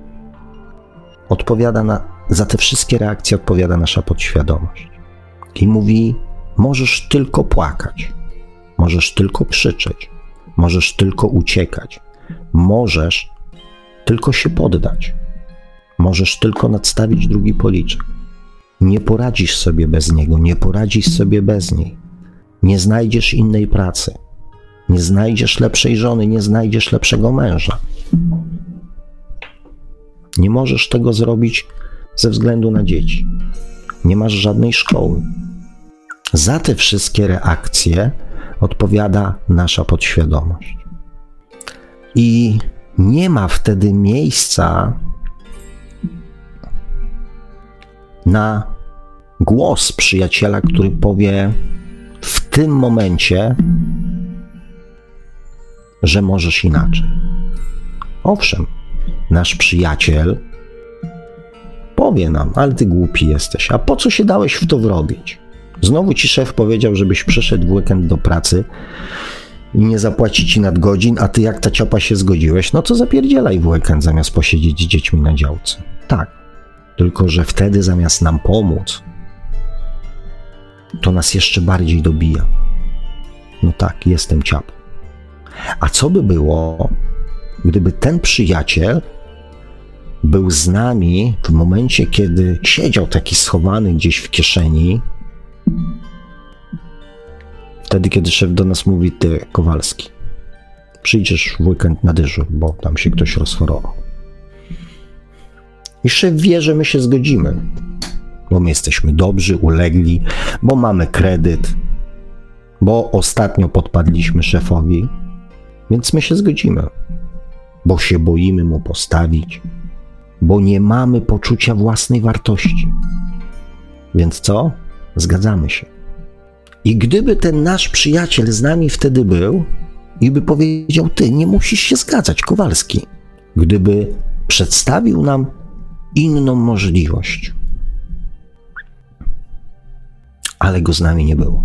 za te wszystkie reakcje odpowiada nasza podświadomość. I mówi: możesz tylko płakać, możesz tylko krzyczeć, możesz tylko uciekać, możesz tylko się poddać, możesz tylko nadstawić drugi policzek. Nie poradzisz sobie bez niego, nie poradzisz sobie bez niej. Nie znajdziesz innej pracy, nie znajdziesz lepszej żony, nie znajdziesz lepszego męża. Nie możesz tego zrobić ze względu na dzieci. Nie masz żadnej szkoły. Za te wszystkie reakcje odpowiada nasza podświadomość. I nie ma wtedy miejsca na głos przyjaciela, który powie w tym momencie, że możesz inaczej. Owszem, nasz przyjaciel powie nam: ale ty głupi jesteś, a po co się dałeś w to wrobić? Znowu ci szef powiedział, żebyś przyszedł w weekend do pracy i nie zapłaci ci nadgodzin, a ty jak ta ciopa się zgodziłeś, no to zapierdzielaj w weekend zamiast posiedzieć z dziećmi na działce. Tak, tylko że wtedy zamiast nam pomóc, to nas jeszcze bardziej dobija. No tak, jestem ciapą. A co by było, gdyby ten przyjaciel był z nami w momencie, kiedy siedział taki schowany gdzieś w kieszeni, wtedy, kiedy szef do nas mówi: ty, Kowalski, przyjdziesz w weekend na dyżur, bo tam się ktoś rozchorował. I szef wie, że my się zgodzimy, bo my jesteśmy dobrzy, ulegli, bo mamy kredyt, bo ostatnio podpadliśmy szefowi, więc my się zgodzimy, bo się boimy mu postawić, bo nie mamy poczucia własnej wartości. Więc co? Zgadzamy się. I gdyby ten nasz przyjaciel z nami wtedy był i by powiedział: ty, nie musisz się zgadzać, Kowalski, gdyby przedstawił nam inną możliwość, ale go z nami nie było.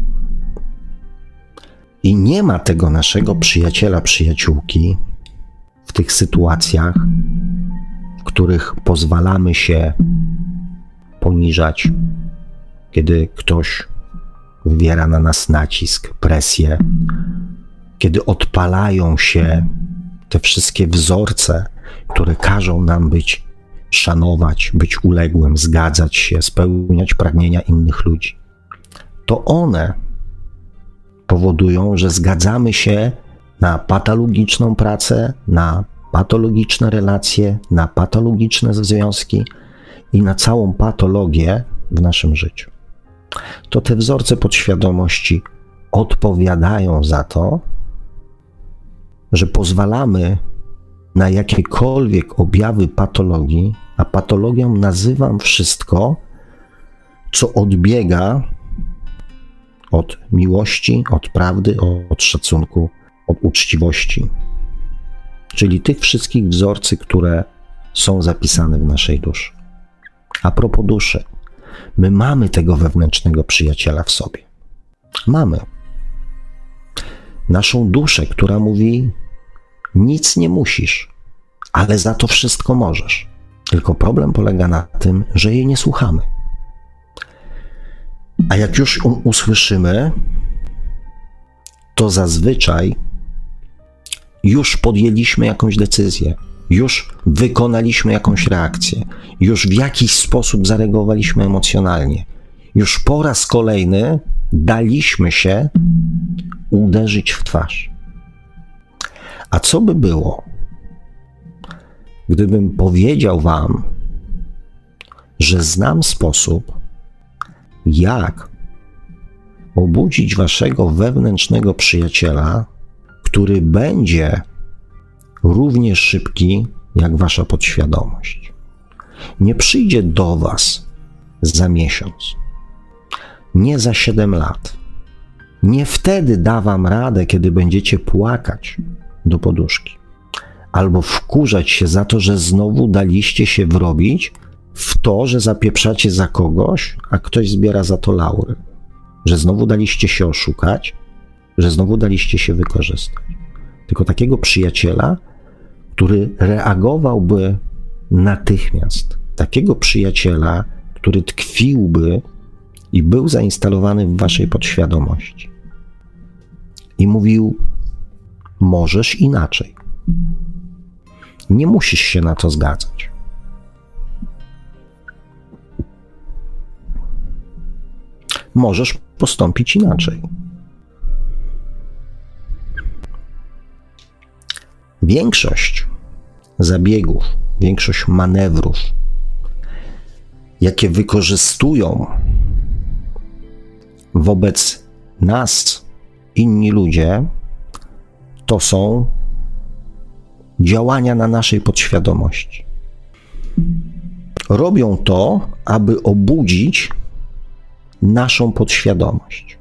I nie ma tego naszego przyjaciela, przyjaciółki w tych sytuacjach, w których pozwalamy się poniżać, kiedy ktoś wywiera na nas nacisk, presję, kiedy odpalają się te wszystkie wzorce, które każą nam szanować, być uległym, zgadzać się, spełniać pragnienia innych ludzi. To one powodują, że zgadzamy się na patologiczną pracę, na patologiczne relacje, na patologiczne związki i na całą patologię w naszym życiu. To te wzorce podświadomości odpowiadają za to, że pozwalamy na jakiekolwiek objawy patologii, a patologią nazywam wszystko, co odbiega od miłości, od prawdy, od szacunku, od uczciwości, czyli tych wszystkich wzorcy, które są zapisane w naszej duszy. A propos duszy, my mamy tego wewnętrznego przyjaciela w sobie. Mamy. Naszą duszę, która mówi: nic nie musisz, ale za to wszystko możesz. Tylko problem polega na tym, że jej nie słuchamy. A jak już usłyszymy, to zazwyczaj już podjęliśmy jakąś decyzję, już wykonaliśmy jakąś reakcję, już w jakiś sposób zareagowaliśmy emocjonalnie, już po raz kolejny daliśmy się uderzyć w twarz. A co by było, gdybym powiedział wam, że znam sposób, jak obudzić waszego wewnętrznego przyjaciela, który będzie równie szybki jak wasza podświadomość. Nie przyjdzie do was za miesiąc, nie za 7 lat. Nie wtedy da wam radę, kiedy będziecie płakać do poduszki albo wkurzać się za to, że znowu daliście się wrobić w to, że zapieprzacie za kogoś, a ktoś zbiera za to laury. Że znowu daliście się oszukać, że znowu daliście się wykorzystać. Tylko takiego przyjaciela, który reagowałby natychmiast. Takiego przyjaciela, który tkwiłby i był zainstalowany w waszej podświadomości. I mówił: możesz inaczej. Nie musisz się na to zgadzać. Możesz postąpić inaczej. Większość zabiegów, większość manewrów, jakie wykorzystują wobec nas inni ludzie, to są działania na naszej podświadomości. Robią to, aby obudzić naszą podświadomość.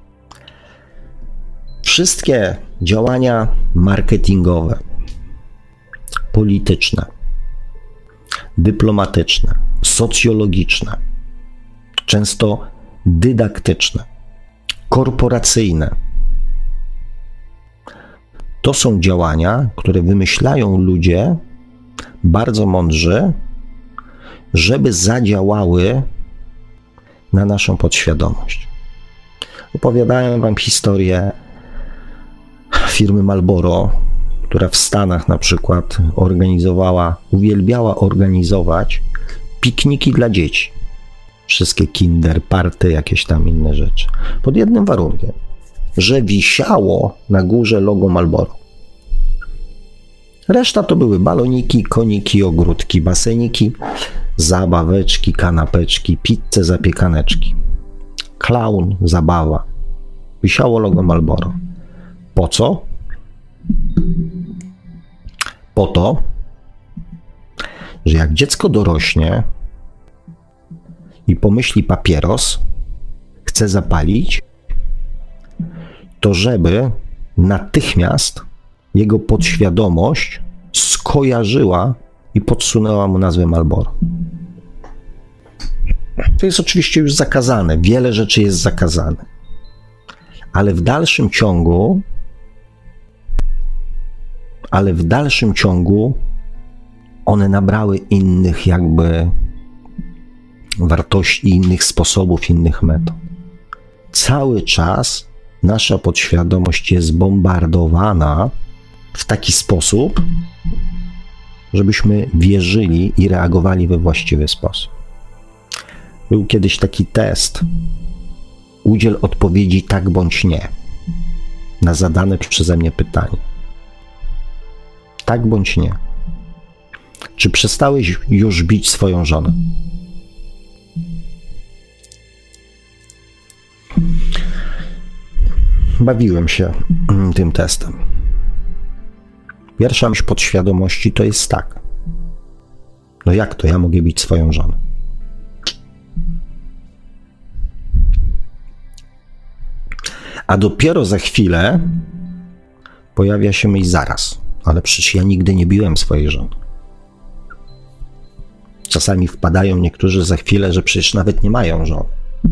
Wszystkie działania marketingowe, polityczne, dyplomatyczne, socjologiczne, często dydaktyczne, korporacyjne. To są działania, które wymyślają ludzie bardzo mądrzy, żeby zadziałały na naszą podświadomość. Opowiadałem wam historię firmy Marlboro, która w Stanach na przykład uwielbiała organizować pikniki dla dzieci. Wszystkie Kinder, Party, jakieś tam inne rzeczy. Pod jednym warunkiem, że wisiało na górze logo Marlboro. Reszta to były baloniki, koniki, ogródki, baseniki, zabaweczki, kanapeczki, pizze, zapiekaneczki. Klaun, zabawa. Wisiało logo Marlboro. Po co? Po to, że jak dziecko dorośnie i pomyśli papieros, chce zapalić, to żeby natychmiast jego podświadomość skojarzyła i podsunęła mu nazwę Marlboro. To jest oczywiście już zakazane, wiele rzeczy jest zakazane, ale w dalszym ciągu one nabrały innych jakby wartości, innych sposobów, innych metod. Cały czas nasza podświadomość jest bombardowana w taki sposób, żebyśmy wierzyli i reagowali we właściwy sposób. Był kiedyś taki test. Udziel odpowiedzi tak bądź nie na zadane przeze mnie pytanie. Tak bądź nie. Czy przestałeś już bić swoją żonę? Bawiłem się tym testem. Pierwsza myśl podświadomości to jest tak. No jak to ja mogę bić swoją żonę? A dopiero za chwilę pojawia się myśl zaraz. Ale przecież ja nigdy nie biłem swojej żony. Czasami wpadają niektórzy za chwilę, że przecież nawet nie mają żony.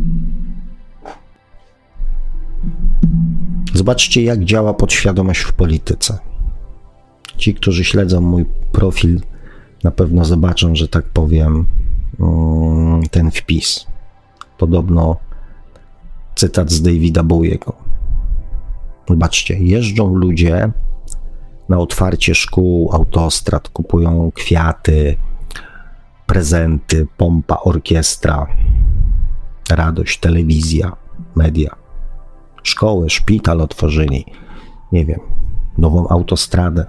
Zobaczcie, jak działa podświadomość w polityce. Ci, którzy śledzą mój profil, na pewno zobaczą, że tak powiem, ten wpis. Podobno cytat z Davida Bowiego. Zobaczcie, jeżdżą ludzie na otwarcie szkół, autostrad, kupują kwiaty, prezenty, pompa, orkiestra, radość, telewizja, media. Szkołę, szpital otworzyli, nie wiem, nową autostradę.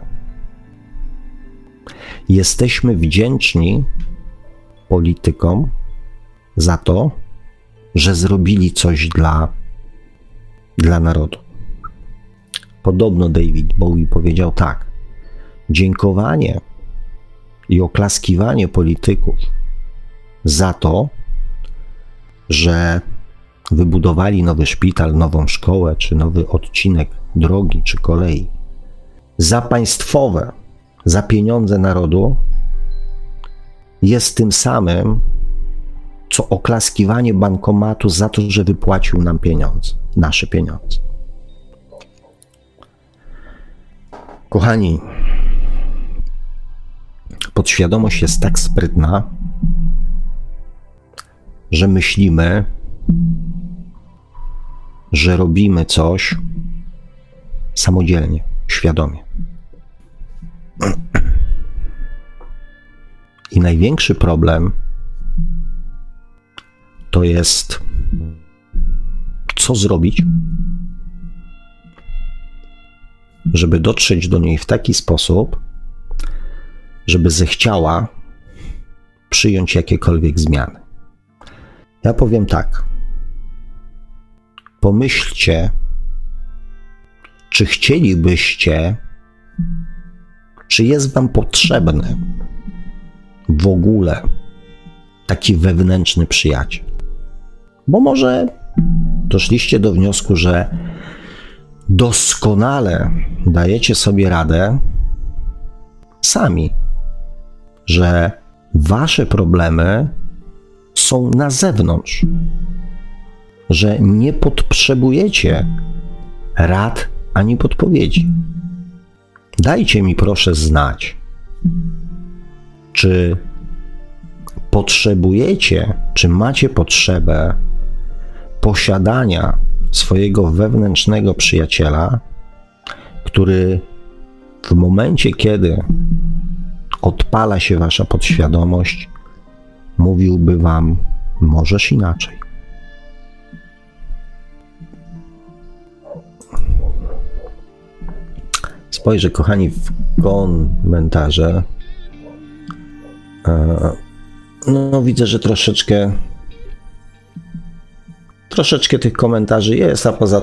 Jesteśmy wdzięczni politykom za to, że zrobili coś dla narodu. Podobno David Bowie powiedział tak: dziękowanie i oklaskiwanie polityków za to, że wybudowali nowy szpital, nową szkołę, czy nowy odcinek drogi, czy kolei, za państwowe, za pieniądze narodu, jest tym samym, co oklaskiwanie bankomatu za to, że wypłacił nam pieniądze, nasze pieniądze. Kochani, podświadomość jest tak sprytna, że myślimy, że robimy coś samodzielnie, świadomie. I największy problem to jest, co zrobić, żeby dotrzeć do niej w taki sposób, żeby zechciała przyjąć jakiekolwiek zmiany. Ja powiem tak. Pomyślcie, czy chcielibyście, czy jest wam potrzebny w ogóle taki wewnętrzny przyjaciel. Bo może doszliście do wniosku, że doskonale dajecie sobie radę sami, że wasze problemy są na zewnątrz, że nie potrzebujecie rad ani podpowiedzi. Dajcie mi proszę znać, czy potrzebujecie, czy macie potrzebę posiadania swojego wewnętrznego przyjaciela, który w momencie, kiedy odpala się wasza podświadomość, mówiłby wam: możesz inaczej. Spojrzę, kochani, w komentarze. No, widzę, że troszeczkę tych komentarzy jest,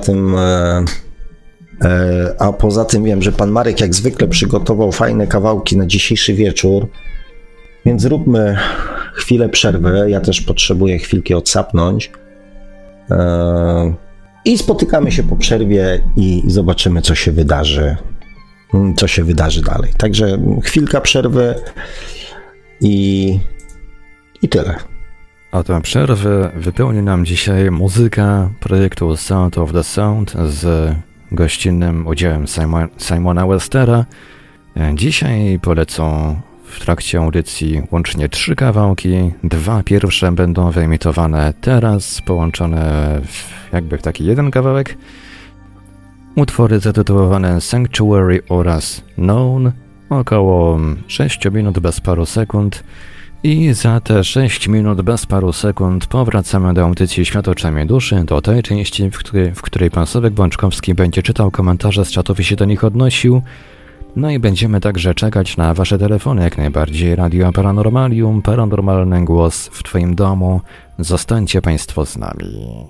a poza tym wiem, że pan Marek jak zwykle przygotował fajne kawałki na dzisiejszy wieczór, więc zróbmy chwilę przerwy. Ja też potrzebuję chwilkę odsapnąć. I spotykamy się po przerwie i zobaczymy, co się wydarzy dalej. Także chwilka przerwy i tyle. A tę przerwę wypełni nam dzisiaj muzyka projektu Sound of the Sound z gościnnym udziałem Simona Westera. Dzisiaj polecą w trakcie audycji łącznie 3 kawałki. 2 pierwsze będą wyemitowane teraz, połączone w taki jeden kawałek. Utwory zatytułowane Sanctuary oraz Known, około 6 minut bez paru sekund. I za te 6 minut bez paru sekund powracamy do audycji Świat oczami duszy, do tej części, w której pan Sławek Bączkowski będzie czytał komentarze z czatów i się do nich odnosił. No i będziemy także czekać na wasze telefony jak najbardziej. Radio Paranormalium, paranormalny głos w twoim domu. Zostańcie państwo z nami.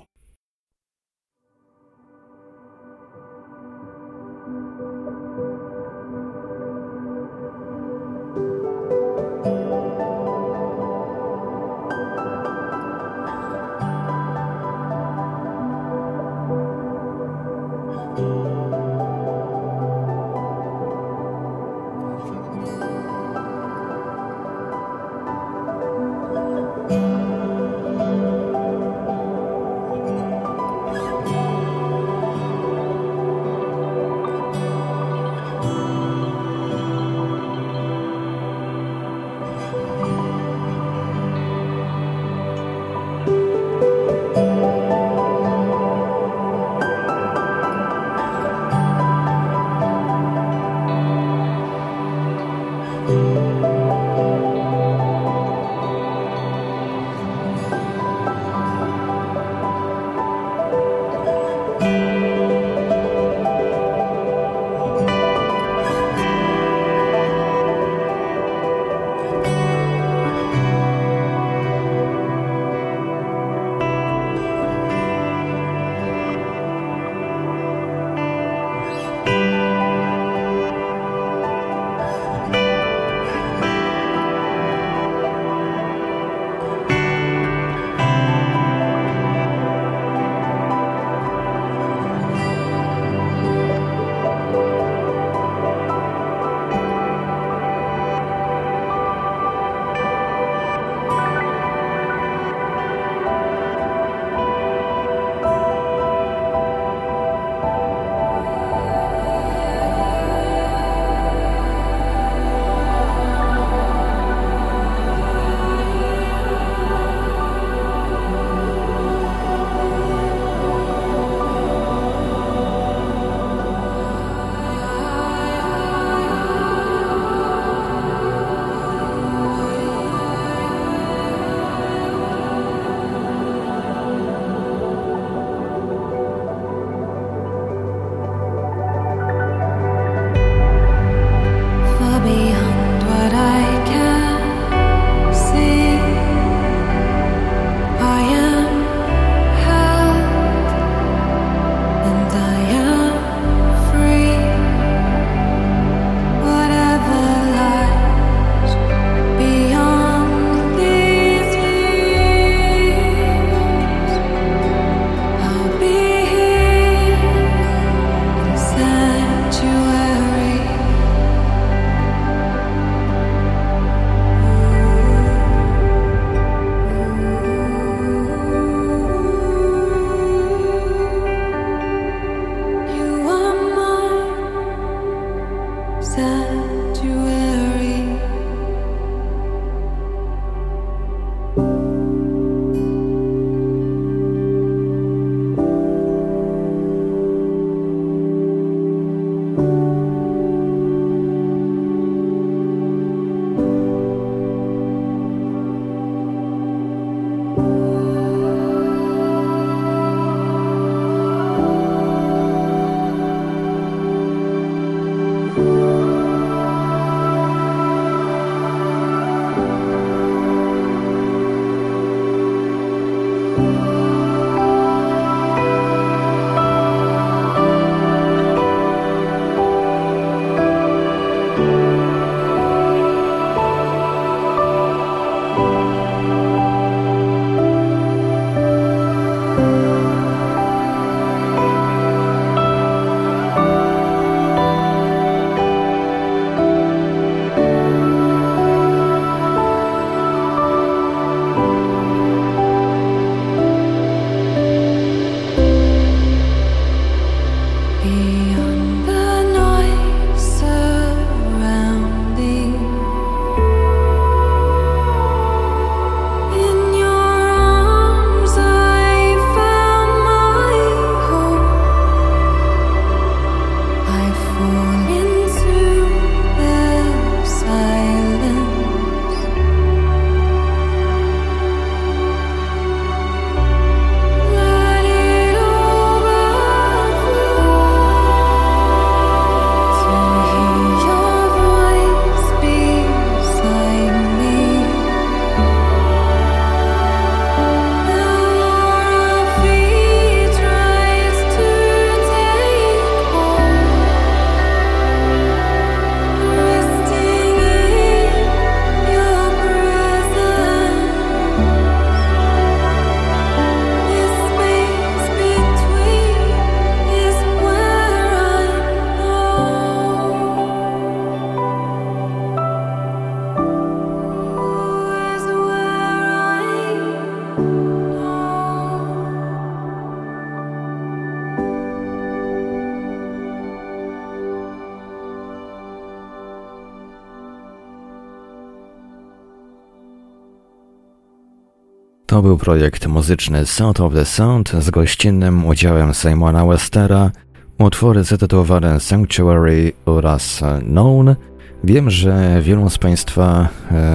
To był projekt muzyczny Sound of the Sound z gościnnym udziałem Simona Westera, utwory zatytułowane Sanctuary oraz Known. Wiem, że wielu z Państwa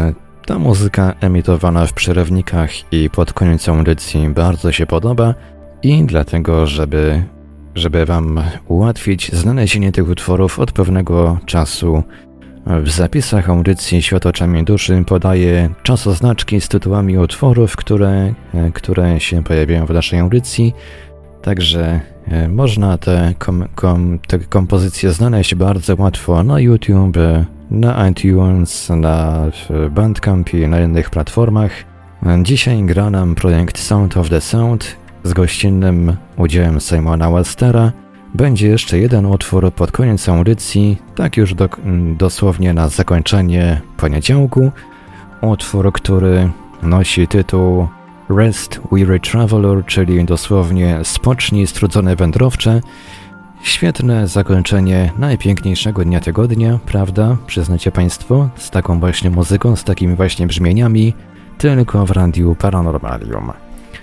ta muzyka emitowana w przerywnikach i pod koniec audycji bardzo się podoba i dlatego, żeby Wam ułatwić znalezienie tych utworów od pewnego czasu w zapisach audycji Świat oczami duszy podaję czasoznaczki z tytułami utworów, które się pojawiają w naszej audycji, także można te kompozycje znaleźć bardzo łatwo na YouTube, na iTunes, na Bandcampie i na innych platformach. Dzisiaj gra nam projekt Sound of the Sound z gościnnym udziałem Simona Westera. Będzie jeszcze jeden utwór pod koniec audycji, tak już dosłownie na zakończenie poniedziałku. Utwór, który nosi tytuł Rest Weary Traveler, czyli dosłownie spocznij strudzone wędrowcze. Świetne zakończenie najpiękniejszego dnia tygodnia, prawda? Przyznacie Państwo? Z taką właśnie muzyką, z takimi właśnie brzmieniami, tylko w Radiu Paranormalium.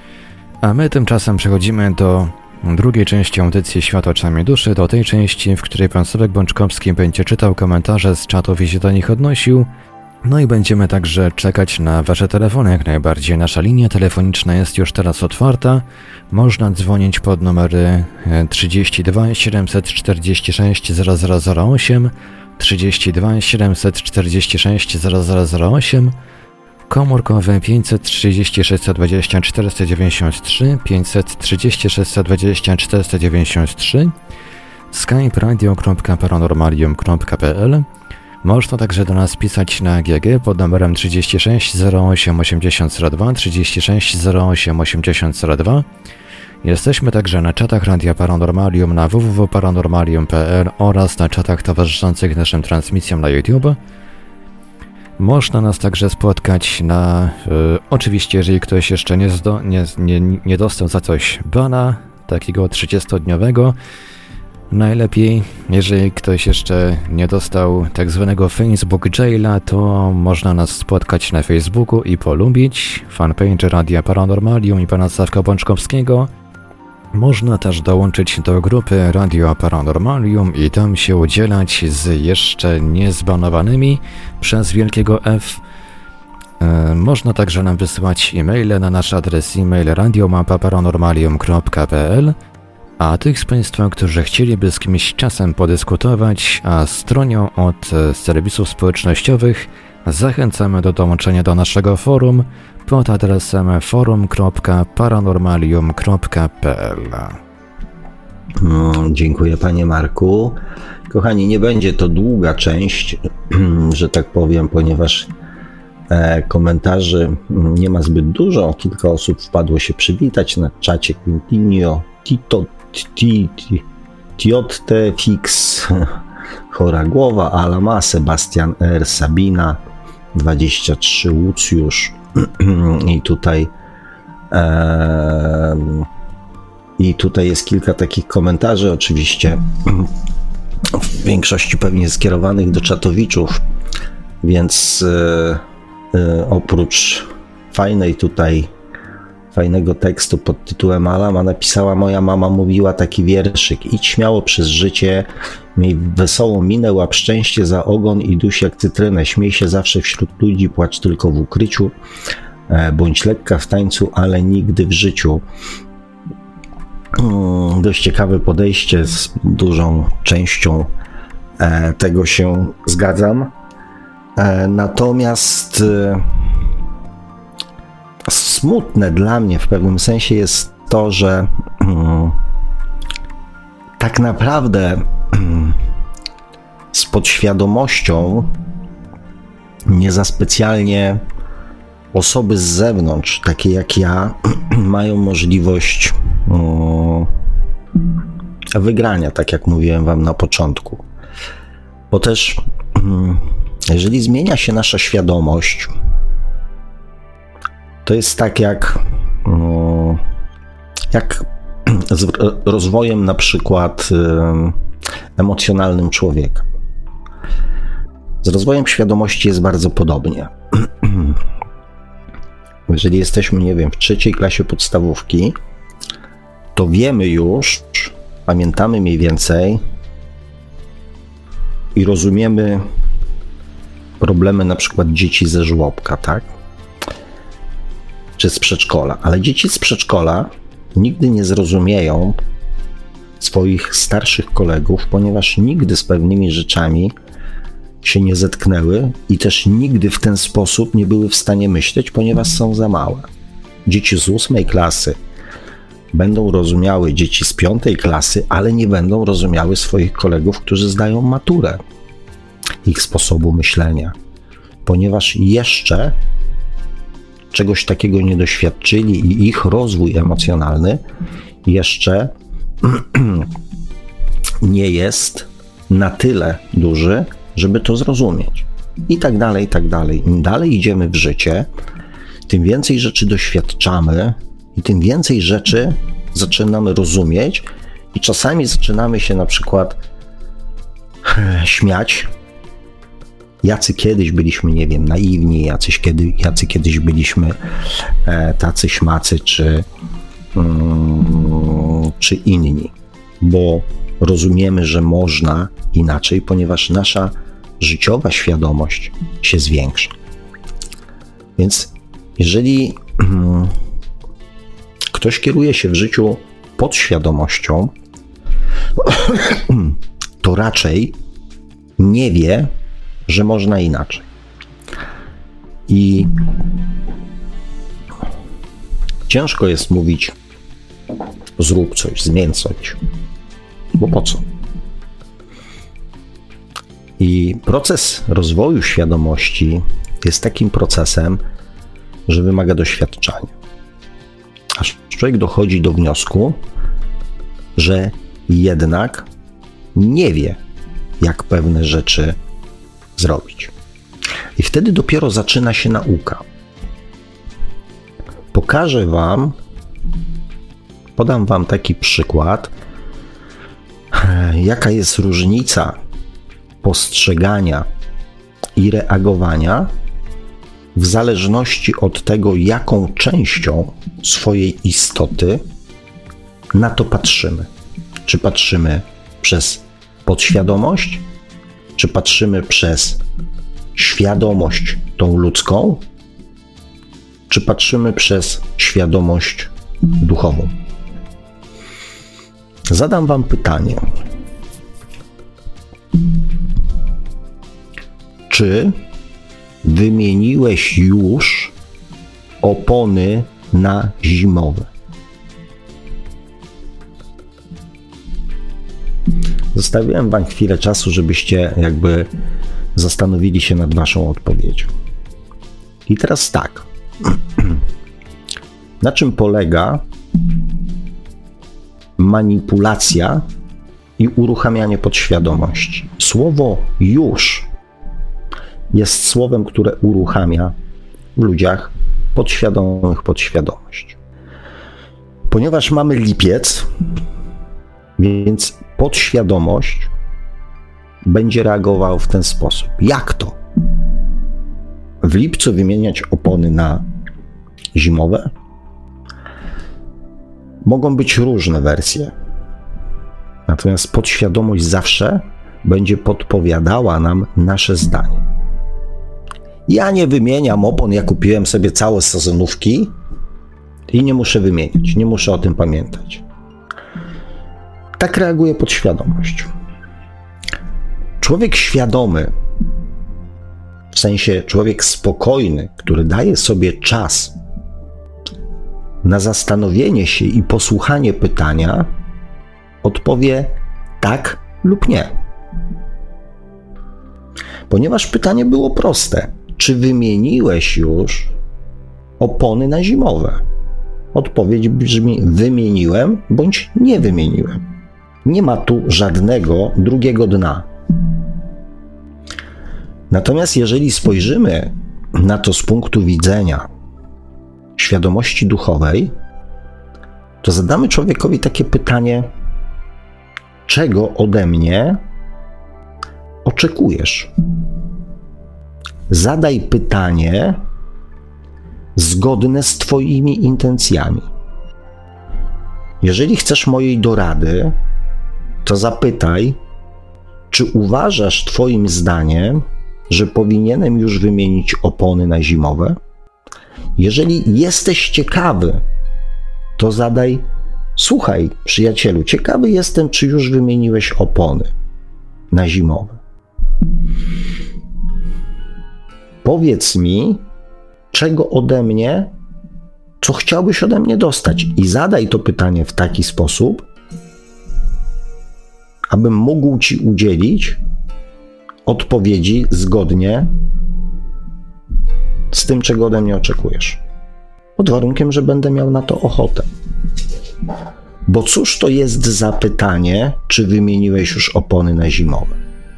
A my tymczasem przechodzimy do drugiej części audycji Świat oczami duszy, do tej części, w której pan Sławek Bączkowski będzie czytał komentarze z czatów i się do nich odnosił. No i będziemy także czekać na Wasze telefony jak najbardziej. Nasza linia telefoniczna jest już teraz otwarta. Można dzwonić pod numery 32 746 0008, 32 746 0008, komórkowy 530 620 493, 530 620 493, skype radio.paranormalium.pl. Można także do nas pisać na GG pod numerem 36 08 8002, 36 08 8002. Jesteśmy także na czatach Radia Paranormalium na www.paranormalium.pl oraz na czatach towarzyszących naszym transmisjom na YouTube. Można nas także spotkać na... oczywiście, jeżeli ktoś jeszcze nie dostał za coś bana, takiego 30-dniowego, Najlepiej, jeżeli ktoś jeszcze nie dostał tak zwanego Facebook Jaila, to można nas spotkać na Facebooku i polubić fanpage Radia Paranormalium i pana Sławka Bączkowskiego. Można też dołączyć do grupy Radio Paranormalium i tam się udzielać z jeszcze niezbanowanymi przez wielkiego F. Można także nam wysyłać e-maile na nasz adres e-mail radiomapa.paranormalium.pl. A tych z Państwa, którzy chcieliby z kimś czasem podyskutować, a stronią od serwisów społecznościowych, zachęcamy do dołączenia do naszego forum pod adresem forum.paranormalium.pl. Dziękuję Panie Marku. Kochani, nie będzie to długa część, że tak powiem, ponieważ komentarzy nie ma zbyt dużo. Kilka osób wpadło się przywitać na czacie. Quintinio, Tito, Tiotte, Fix, Chora Głowa, Alama, Sebastian R, Sabina, 23, Łucjusz i tutaj jest kilka takich komentarzy, oczywiście w większości pewnie skierowanych do czatowiczów, więc oprócz fajnego tekstu pod tytułem Alama napisała: moja mama mówiła taki wierszyk: idź śmiało przez życie, miej wesołą minę, łap szczęście za ogon i duś jak cytrynę, śmiej się zawsze wśród ludzi, płacz tylko w ukryciu, bądź lekka w tańcu, ale nigdy w życiu. Dość ciekawe podejście, z dużą częścią tego się zgadzam. Natomiast smutne dla mnie w pewnym sensie jest to, że tak naprawdę z podświadomością nie za specjalnie osoby z zewnątrz, takie jak ja, mają możliwość wygrania, tak jak mówiłem wam na początku. Bo też jeżeli zmienia się nasza świadomość, to jest tak jak z rozwojem na przykład emocjonalnym człowieka. Z rozwojem świadomości jest bardzo podobnie. Jeżeli jesteśmy, nie wiem, w 3. klasie podstawówki, to wiemy już, pamiętamy mniej więcej i rozumiemy problemy na przykład dzieci ze żłobka, tak? Czy z przedszkola. Ale dzieci z przedszkola nigdy nie zrozumieją swoich starszych kolegów, ponieważ nigdy z pewnymi rzeczami się nie zetknęły i też nigdy w ten sposób nie były w stanie myśleć, ponieważ są za małe. Dzieci z 8. klasy będą rozumiały dzieci z 5. klasy, ale nie będą rozumiały swoich kolegów, którzy zdają maturę, ich sposobu myślenia, ponieważ jeszcze czegoś takiego nie doświadczyli i ich rozwój emocjonalny jeszcze nie jest na tyle duży, żeby to zrozumieć. I tak dalej, i tak dalej. Im dalej idziemy w życie, tym więcej rzeczy doświadczamy i tym więcej rzeczy zaczynamy rozumieć i czasami zaczynamy się na przykład śmiać, jacy kiedyś byliśmy, nie wiem, naiwni, jacy kiedyś byliśmy tacy śmacy czy inni, bo rozumiemy, że można inaczej, ponieważ nasza życiowa świadomość się zwiększa. Więc jeżeli ktoś kieruje się w życiu podświadomością, to raczej nie wie, że można inaczej. I ciężko jest mówić: zrób coś, zmień coś, bo po co? I proces rozwoju świadomości jest takim procesem, że wymaga doświadczenia. Aż człowiek dochodzi do wniosku, że jednak nie wie, jak pewne rzeczy zrobić. I wtedy dopiero zaczyna się nauka. Podam wam taki przykład jaka jest różnica postrzegania i reagowania w zależności od tego, jaką częścią swojej istoty na to patrzymy. Czy patrzymy przez podświadomość, czy patrzymy przez świadomość tą ludzką, czy patrzymy przez świadomość duchową. Zadam wam pytanie. Czy wymieniłeś już opony na zimowe? Zostawiłem wam chwilę czasu, żebyście jakby zastanowili się nad waszą odpowiedzią. I teraz tak. Na czym polega manipulacja i uruchamianie podświadomości? Słowo już jest słowem, które uruchamia w ludziach podświadomych podświadomość. Ponieważ mamy lipiec, więc podświadomość będzie reagowała w ten sposób. Jak to? W lipcu wymieniać opony na zimowe? Mogą być różne wersje. Natomiast podświadomość zawsze będzie podpowiadała nam nasze zdanie. Ja nie wymieniam opon, ja kupiłem sobie całe sezonówki i nie muszę wymieniać, nie muszę o tym pamiętać. Tak reaguje podświadomość. Człowiek świadomy, w sensie człowiek spokojny, który daje sobie czas na zastanowienie się i posłuchanie pytania, odpowie tak lub nie. Ponieważ pytanie było proste. Czy wymieniłeś już opony na zimowe? Odpowiedź brzmi: wymieniłem bądź nie wymieniłem. Nie ma tu żadnego drugiego dna. Natomiast jeżeli spojrzymy na to z punktu widzenia świadomości duchowej, to zadamy człowiekowi takie pytanie: czego ode mnie oczekujesz? Zadaj pytanie zgodne z Twoimi intencjami. Jeżeli chcesz mojej dorady, to zapytaj, czy uważasz Twoim zdaniem, że powinienem już wymienić opony na zimowe? Jeżeli jesteś ciekawy, to zadaj: słuchaj, przyjacielu, ciekawy jestem, czy już wymieniłeś opony na zimowe. Powiedz mi, czego ode mnie, co chciałbyś ode mnie dostać, i zadaj to pytanie w taki sposób, abym mógł Ci udzielić odpowiedzi zgodnie z tym, czego ode mnie oczekujesz. Pod warunkiem, że będę miał na to ochotę. Bo cóż to jest za pytanie, czy wymieniłeś już opony na zimowe?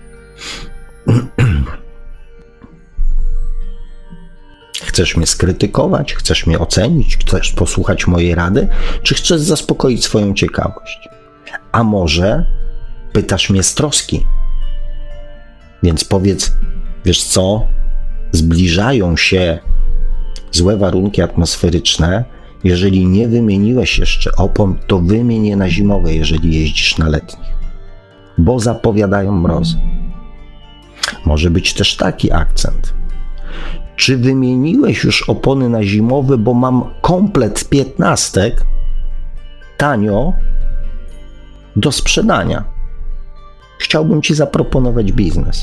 Chcesz mnie skrytykować? Chcesz mnie ocenić? Chcesz posłuchać mojej rady? Czy chcesz zaspokoić swoją ciekawość? A może pytasz mnie z troski? Więc powiedz: wiesz co? Zbliżają się złe warunki atmosferyczne. Jeżeli nie wymieniłeś jeszcze opon, to wymień je na zimowe, jeżeli jeździsz na letnich, bo zapowiadają mrozy. Może być też taki akcent: czy wymieniłeś już opony na zimowe, bo mam komplet 15 tanio do sprzedania. Chciałbym Ci zaproponować biznes.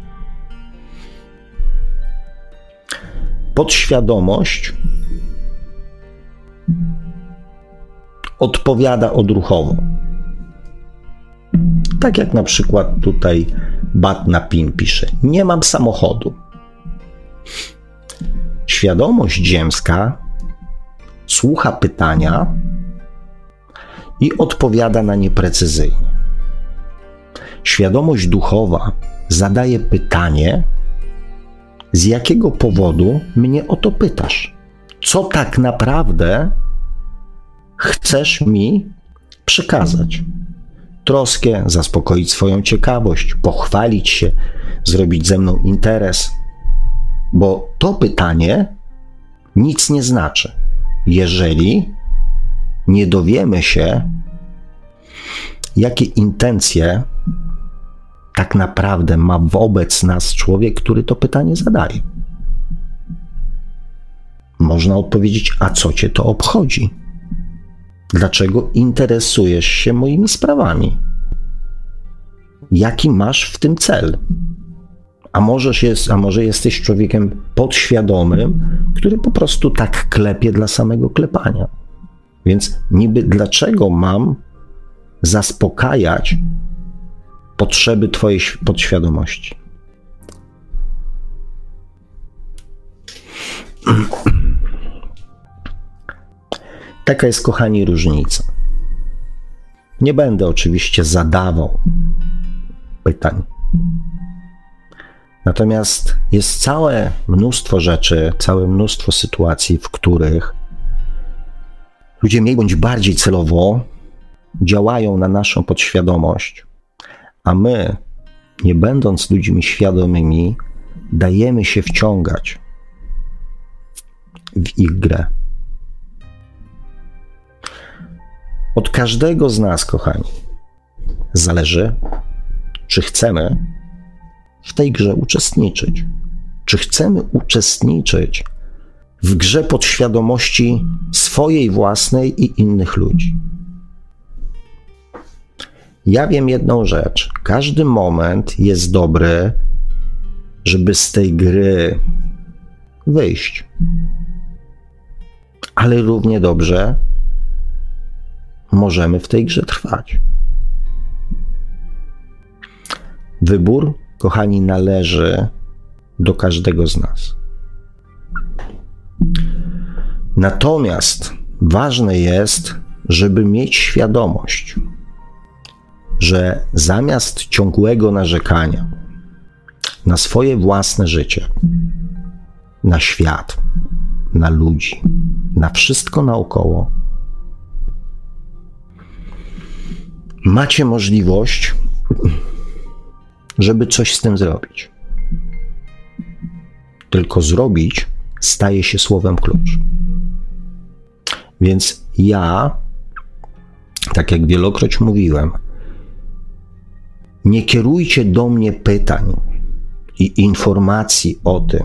Podświadomość odpowiada odruchowo. Tak jak na przykład tutaj Bat na Pin pisze: nie mam samochodu. Świadomość ziemska słucha pytania i odpowiada na nie precyzyjnie. Świadomość duchowa zadaje pytanie: z jakiego powodu mnie o to pytasz? Co tak naprawdę chcesz mi przekazać? troskę, zaspokoić swoją ciekawość, pochwalić się, zrobić ze mną interes. Bo to pytanie nic nie znaczy, jeżeli nie dowiemy się, jakie intencje tak naprawdę ma wobec nas człowiek, który to pytanie zadaje. Można odpowiedzieć, a co cię to obchodzi? Dlaczego interesujesz się moimi sprawami? Jaki masz w tym cel? A może jesteś człowiekiem podświadomym, który po prostu tak klepie dla samego klepania. Więc niby dlaczego mam zaspokajać potrzeby twojej podświadomości? Taka jest, kochani, różnica. Nie będę oczywiście zadawał pytań. Natomiast jest całe mnóstwo rzeczy, całe mnóstwo sytuacji, w których ludzie mniej bądź bardziej celowo działają na naszą podświadomość, a my, nie będąc ludźmi świadomymi, dajemy się wciągać w ich grę. Od każdego z nas, kochani, zależy, czy chcemy w tej grze uczestniczyć. Czy chcemy uczestniczyć w grze podświadomości swojej własnej i innych ludzi. Ja wiem jedną rzecz. Każdy moment jest dobry, żeby z tej gry wyjść. Ale równie dobrze możemy w tej grze trwać. Wybór, kochani, należy do każdego z nas. Natomiast ważne jest, żeby mieć świadomość, że zamiast ciągłego narzekania na swoje własne życie, na świat, na ludzi, na wszystko naokoło, macie możliwość, żeby coś z tym zrobić. Tylko zrobić staje się słowem klucz. Więc ja, tak jak wielokroć mówiłem, nie kierujcie do mnie pytań i informacji o tym,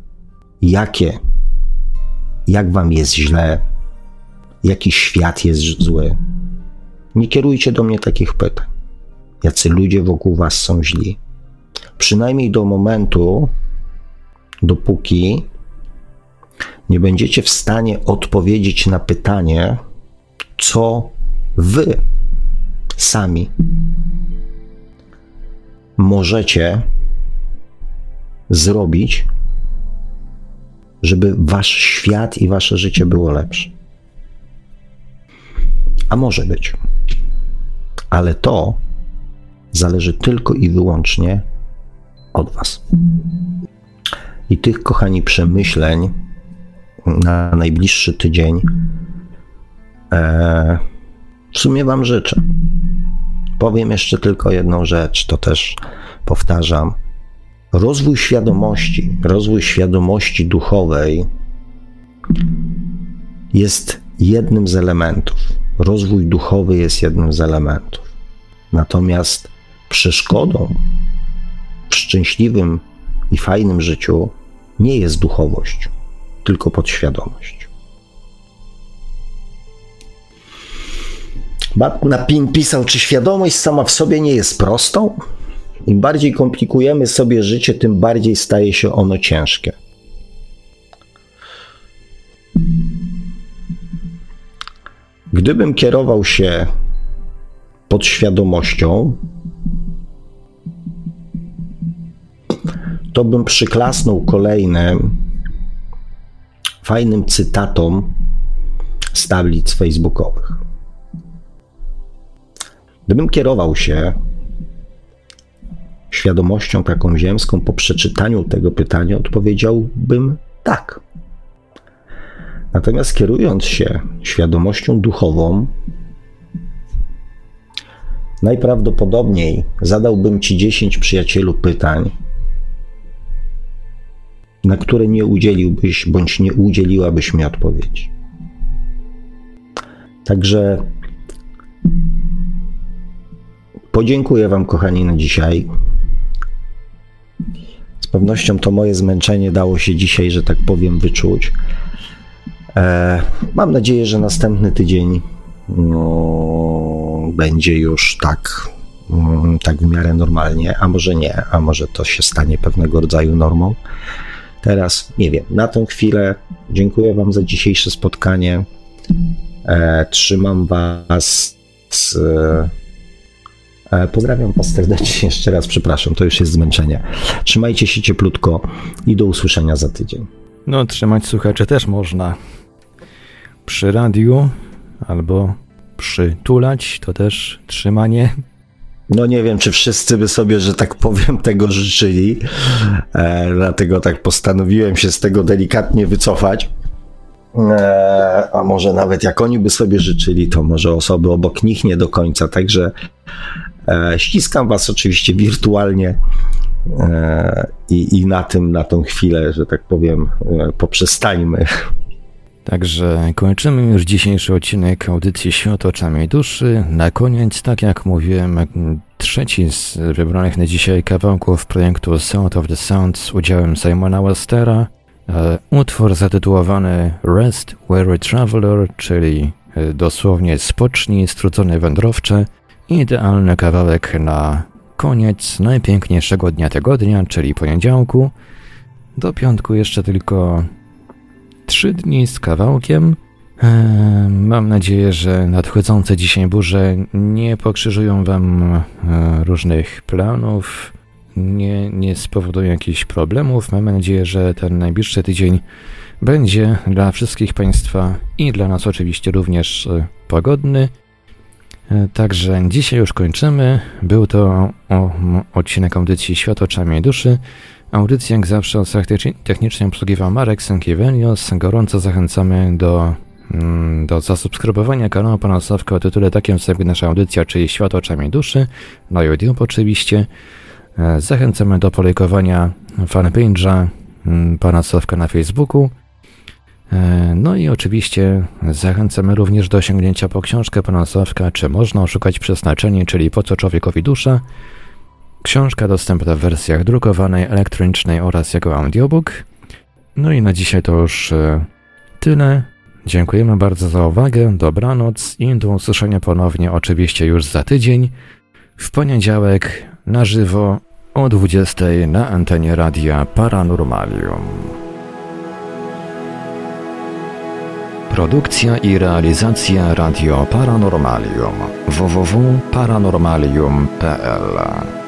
jak wam jest źle, jaki świat jest zły. Nie kierujcie do mnie takich pytań. Jacy ludzie wokół was są źli. Przynajmniej do momentu, dopóki nie będziecie w stanie odpowiedzieć na pytanie, co wy sami możecie zrobić, żeby wasz świat i wasze życie było lepsze. A może być. Ale to zależy tylko i wyłącznie od was. I tych, kochani, przemyśleń na najbliższy tydzień w sumie wam życzę. Powiem jeszcze tylko jedną rzecz, to też powtarzam. Rozwój świadomości duchowej jest jednym z elementów. Rozwój duchowy jest jednym z elementów. Natomiast przeszkodą w szczęśliwym i fajnym życiu nie jest duchowość, tylko podświadomość. Napin pisał, czy świadomość sama w sobie nie jest prostą? Im bardziej komplikujemy sobie życie, tym bardziej staje się ono ciężkie. Gdybym kierował się podświadomością, to bym przyklasnął kolejnym fajnym cytatom z tablic facebookowych. Gdybym kierował się świadomością taką ziemską, po przeczytaniu tego pytania odpowiedziałbym tak. Natomiast kierując się świadomością duchową, najprawdopodobniej zadałbym ci 10 przyjacielu pytań, na które nie udzieliłbyś bądź nie udzieliłabyś mi odpowiedzi. Także podziękuję wam, kochani, na dzisiaj. Z pewnością to moje zmęczenie dało się dzisiaj, że tak powiem, wyczuć. Mam nadzieję, że następny tydzień będzie już tak w miarę normalnie, a może nie, a może to się stanie pewnego rodzaju normą. Teraz nie wiem, na tą chwilę dziękuję wam za dzisiejsze spotkanie. Trzymam was. Pozdrawiam was serdecznie jeszcze raz, przepraszam, to już jest zmęczenie. Trzymajcie się cieplutko i do usłyszenia za tydzień. No, trzymać słuchaczy też można przy radiu, albo przytulać, to też trzymanie. No nie wiem, czy wszyscy by sobie, że tak powiem, tego życzyli, dlatego tak postanowiłem się z tego delikatnie wycofać. A może nawet jak oni by sobie życzyli, to może osoby obok nich nie do końca, także ściskam was oczywiście wirtualnie i na tą chwilę, że tak powiem, poprzestańmy. Także kończymy już dzisiejszy odcinek audycji Świat oczami duszy. Na koniec, tak jak mówiłem, trzeci z wybranych na dzisiaj kawałków projektu Sound of the Sound z udziałem Simona Westera. Utwór zatytułowany Rest Weary Traveler, czyli dosłownie spocznij, strudzony wędrowcze. Idealny kawałek na koniec najpiękniejszego dnia tygodnia, czyli poniedziałku. Do piątku jeszcze tylko 3 dni z kawałkiem. Mam nadzieję, że nadchodzące dzisiaj burze nie pokrzyżują wam różnych planów, nie spowodują jakichś problemów. Mam nadzieję, że ten najbliższy tydzień będzie dla wszystkich państwa i dla nas oczywiście również pogodny. Także dzisiaj już kończymy. Był to odcinek audycji Świat oczami duszy. Audycję jak zawsze o sprawach technicznie obsługiwał Marek Sękiewelios. Gorąco zachęcamy do zasubskrybowania kanału pana Sławka o tytule takim jak nasza audycja, czyli Świat oczami duszy, na YouTube oczywiście. Zachęcamy do polajkowania fanpage'a pana Sławka na Facebooku. No i oczywiście zachęcamy również do sięgnięcia po książkę pana Sławka Czy można oszukać przeznaczenie, czyli Po co człowiekowi dusza. Książka dostępna w wersjach drukowanej, elektronicznej oraz jako audiobook. No i na dzisiaj to już tyle. Dziękujemy bardzo za uwagę, dobranoc i do usłyszenia ponownie oczywiście już za tydzień, w poniedziałek na żywo o 20 na antenie Radia Paranormalium. Produkcja i realizacja Radio Paranormalium www.paranormalium.pl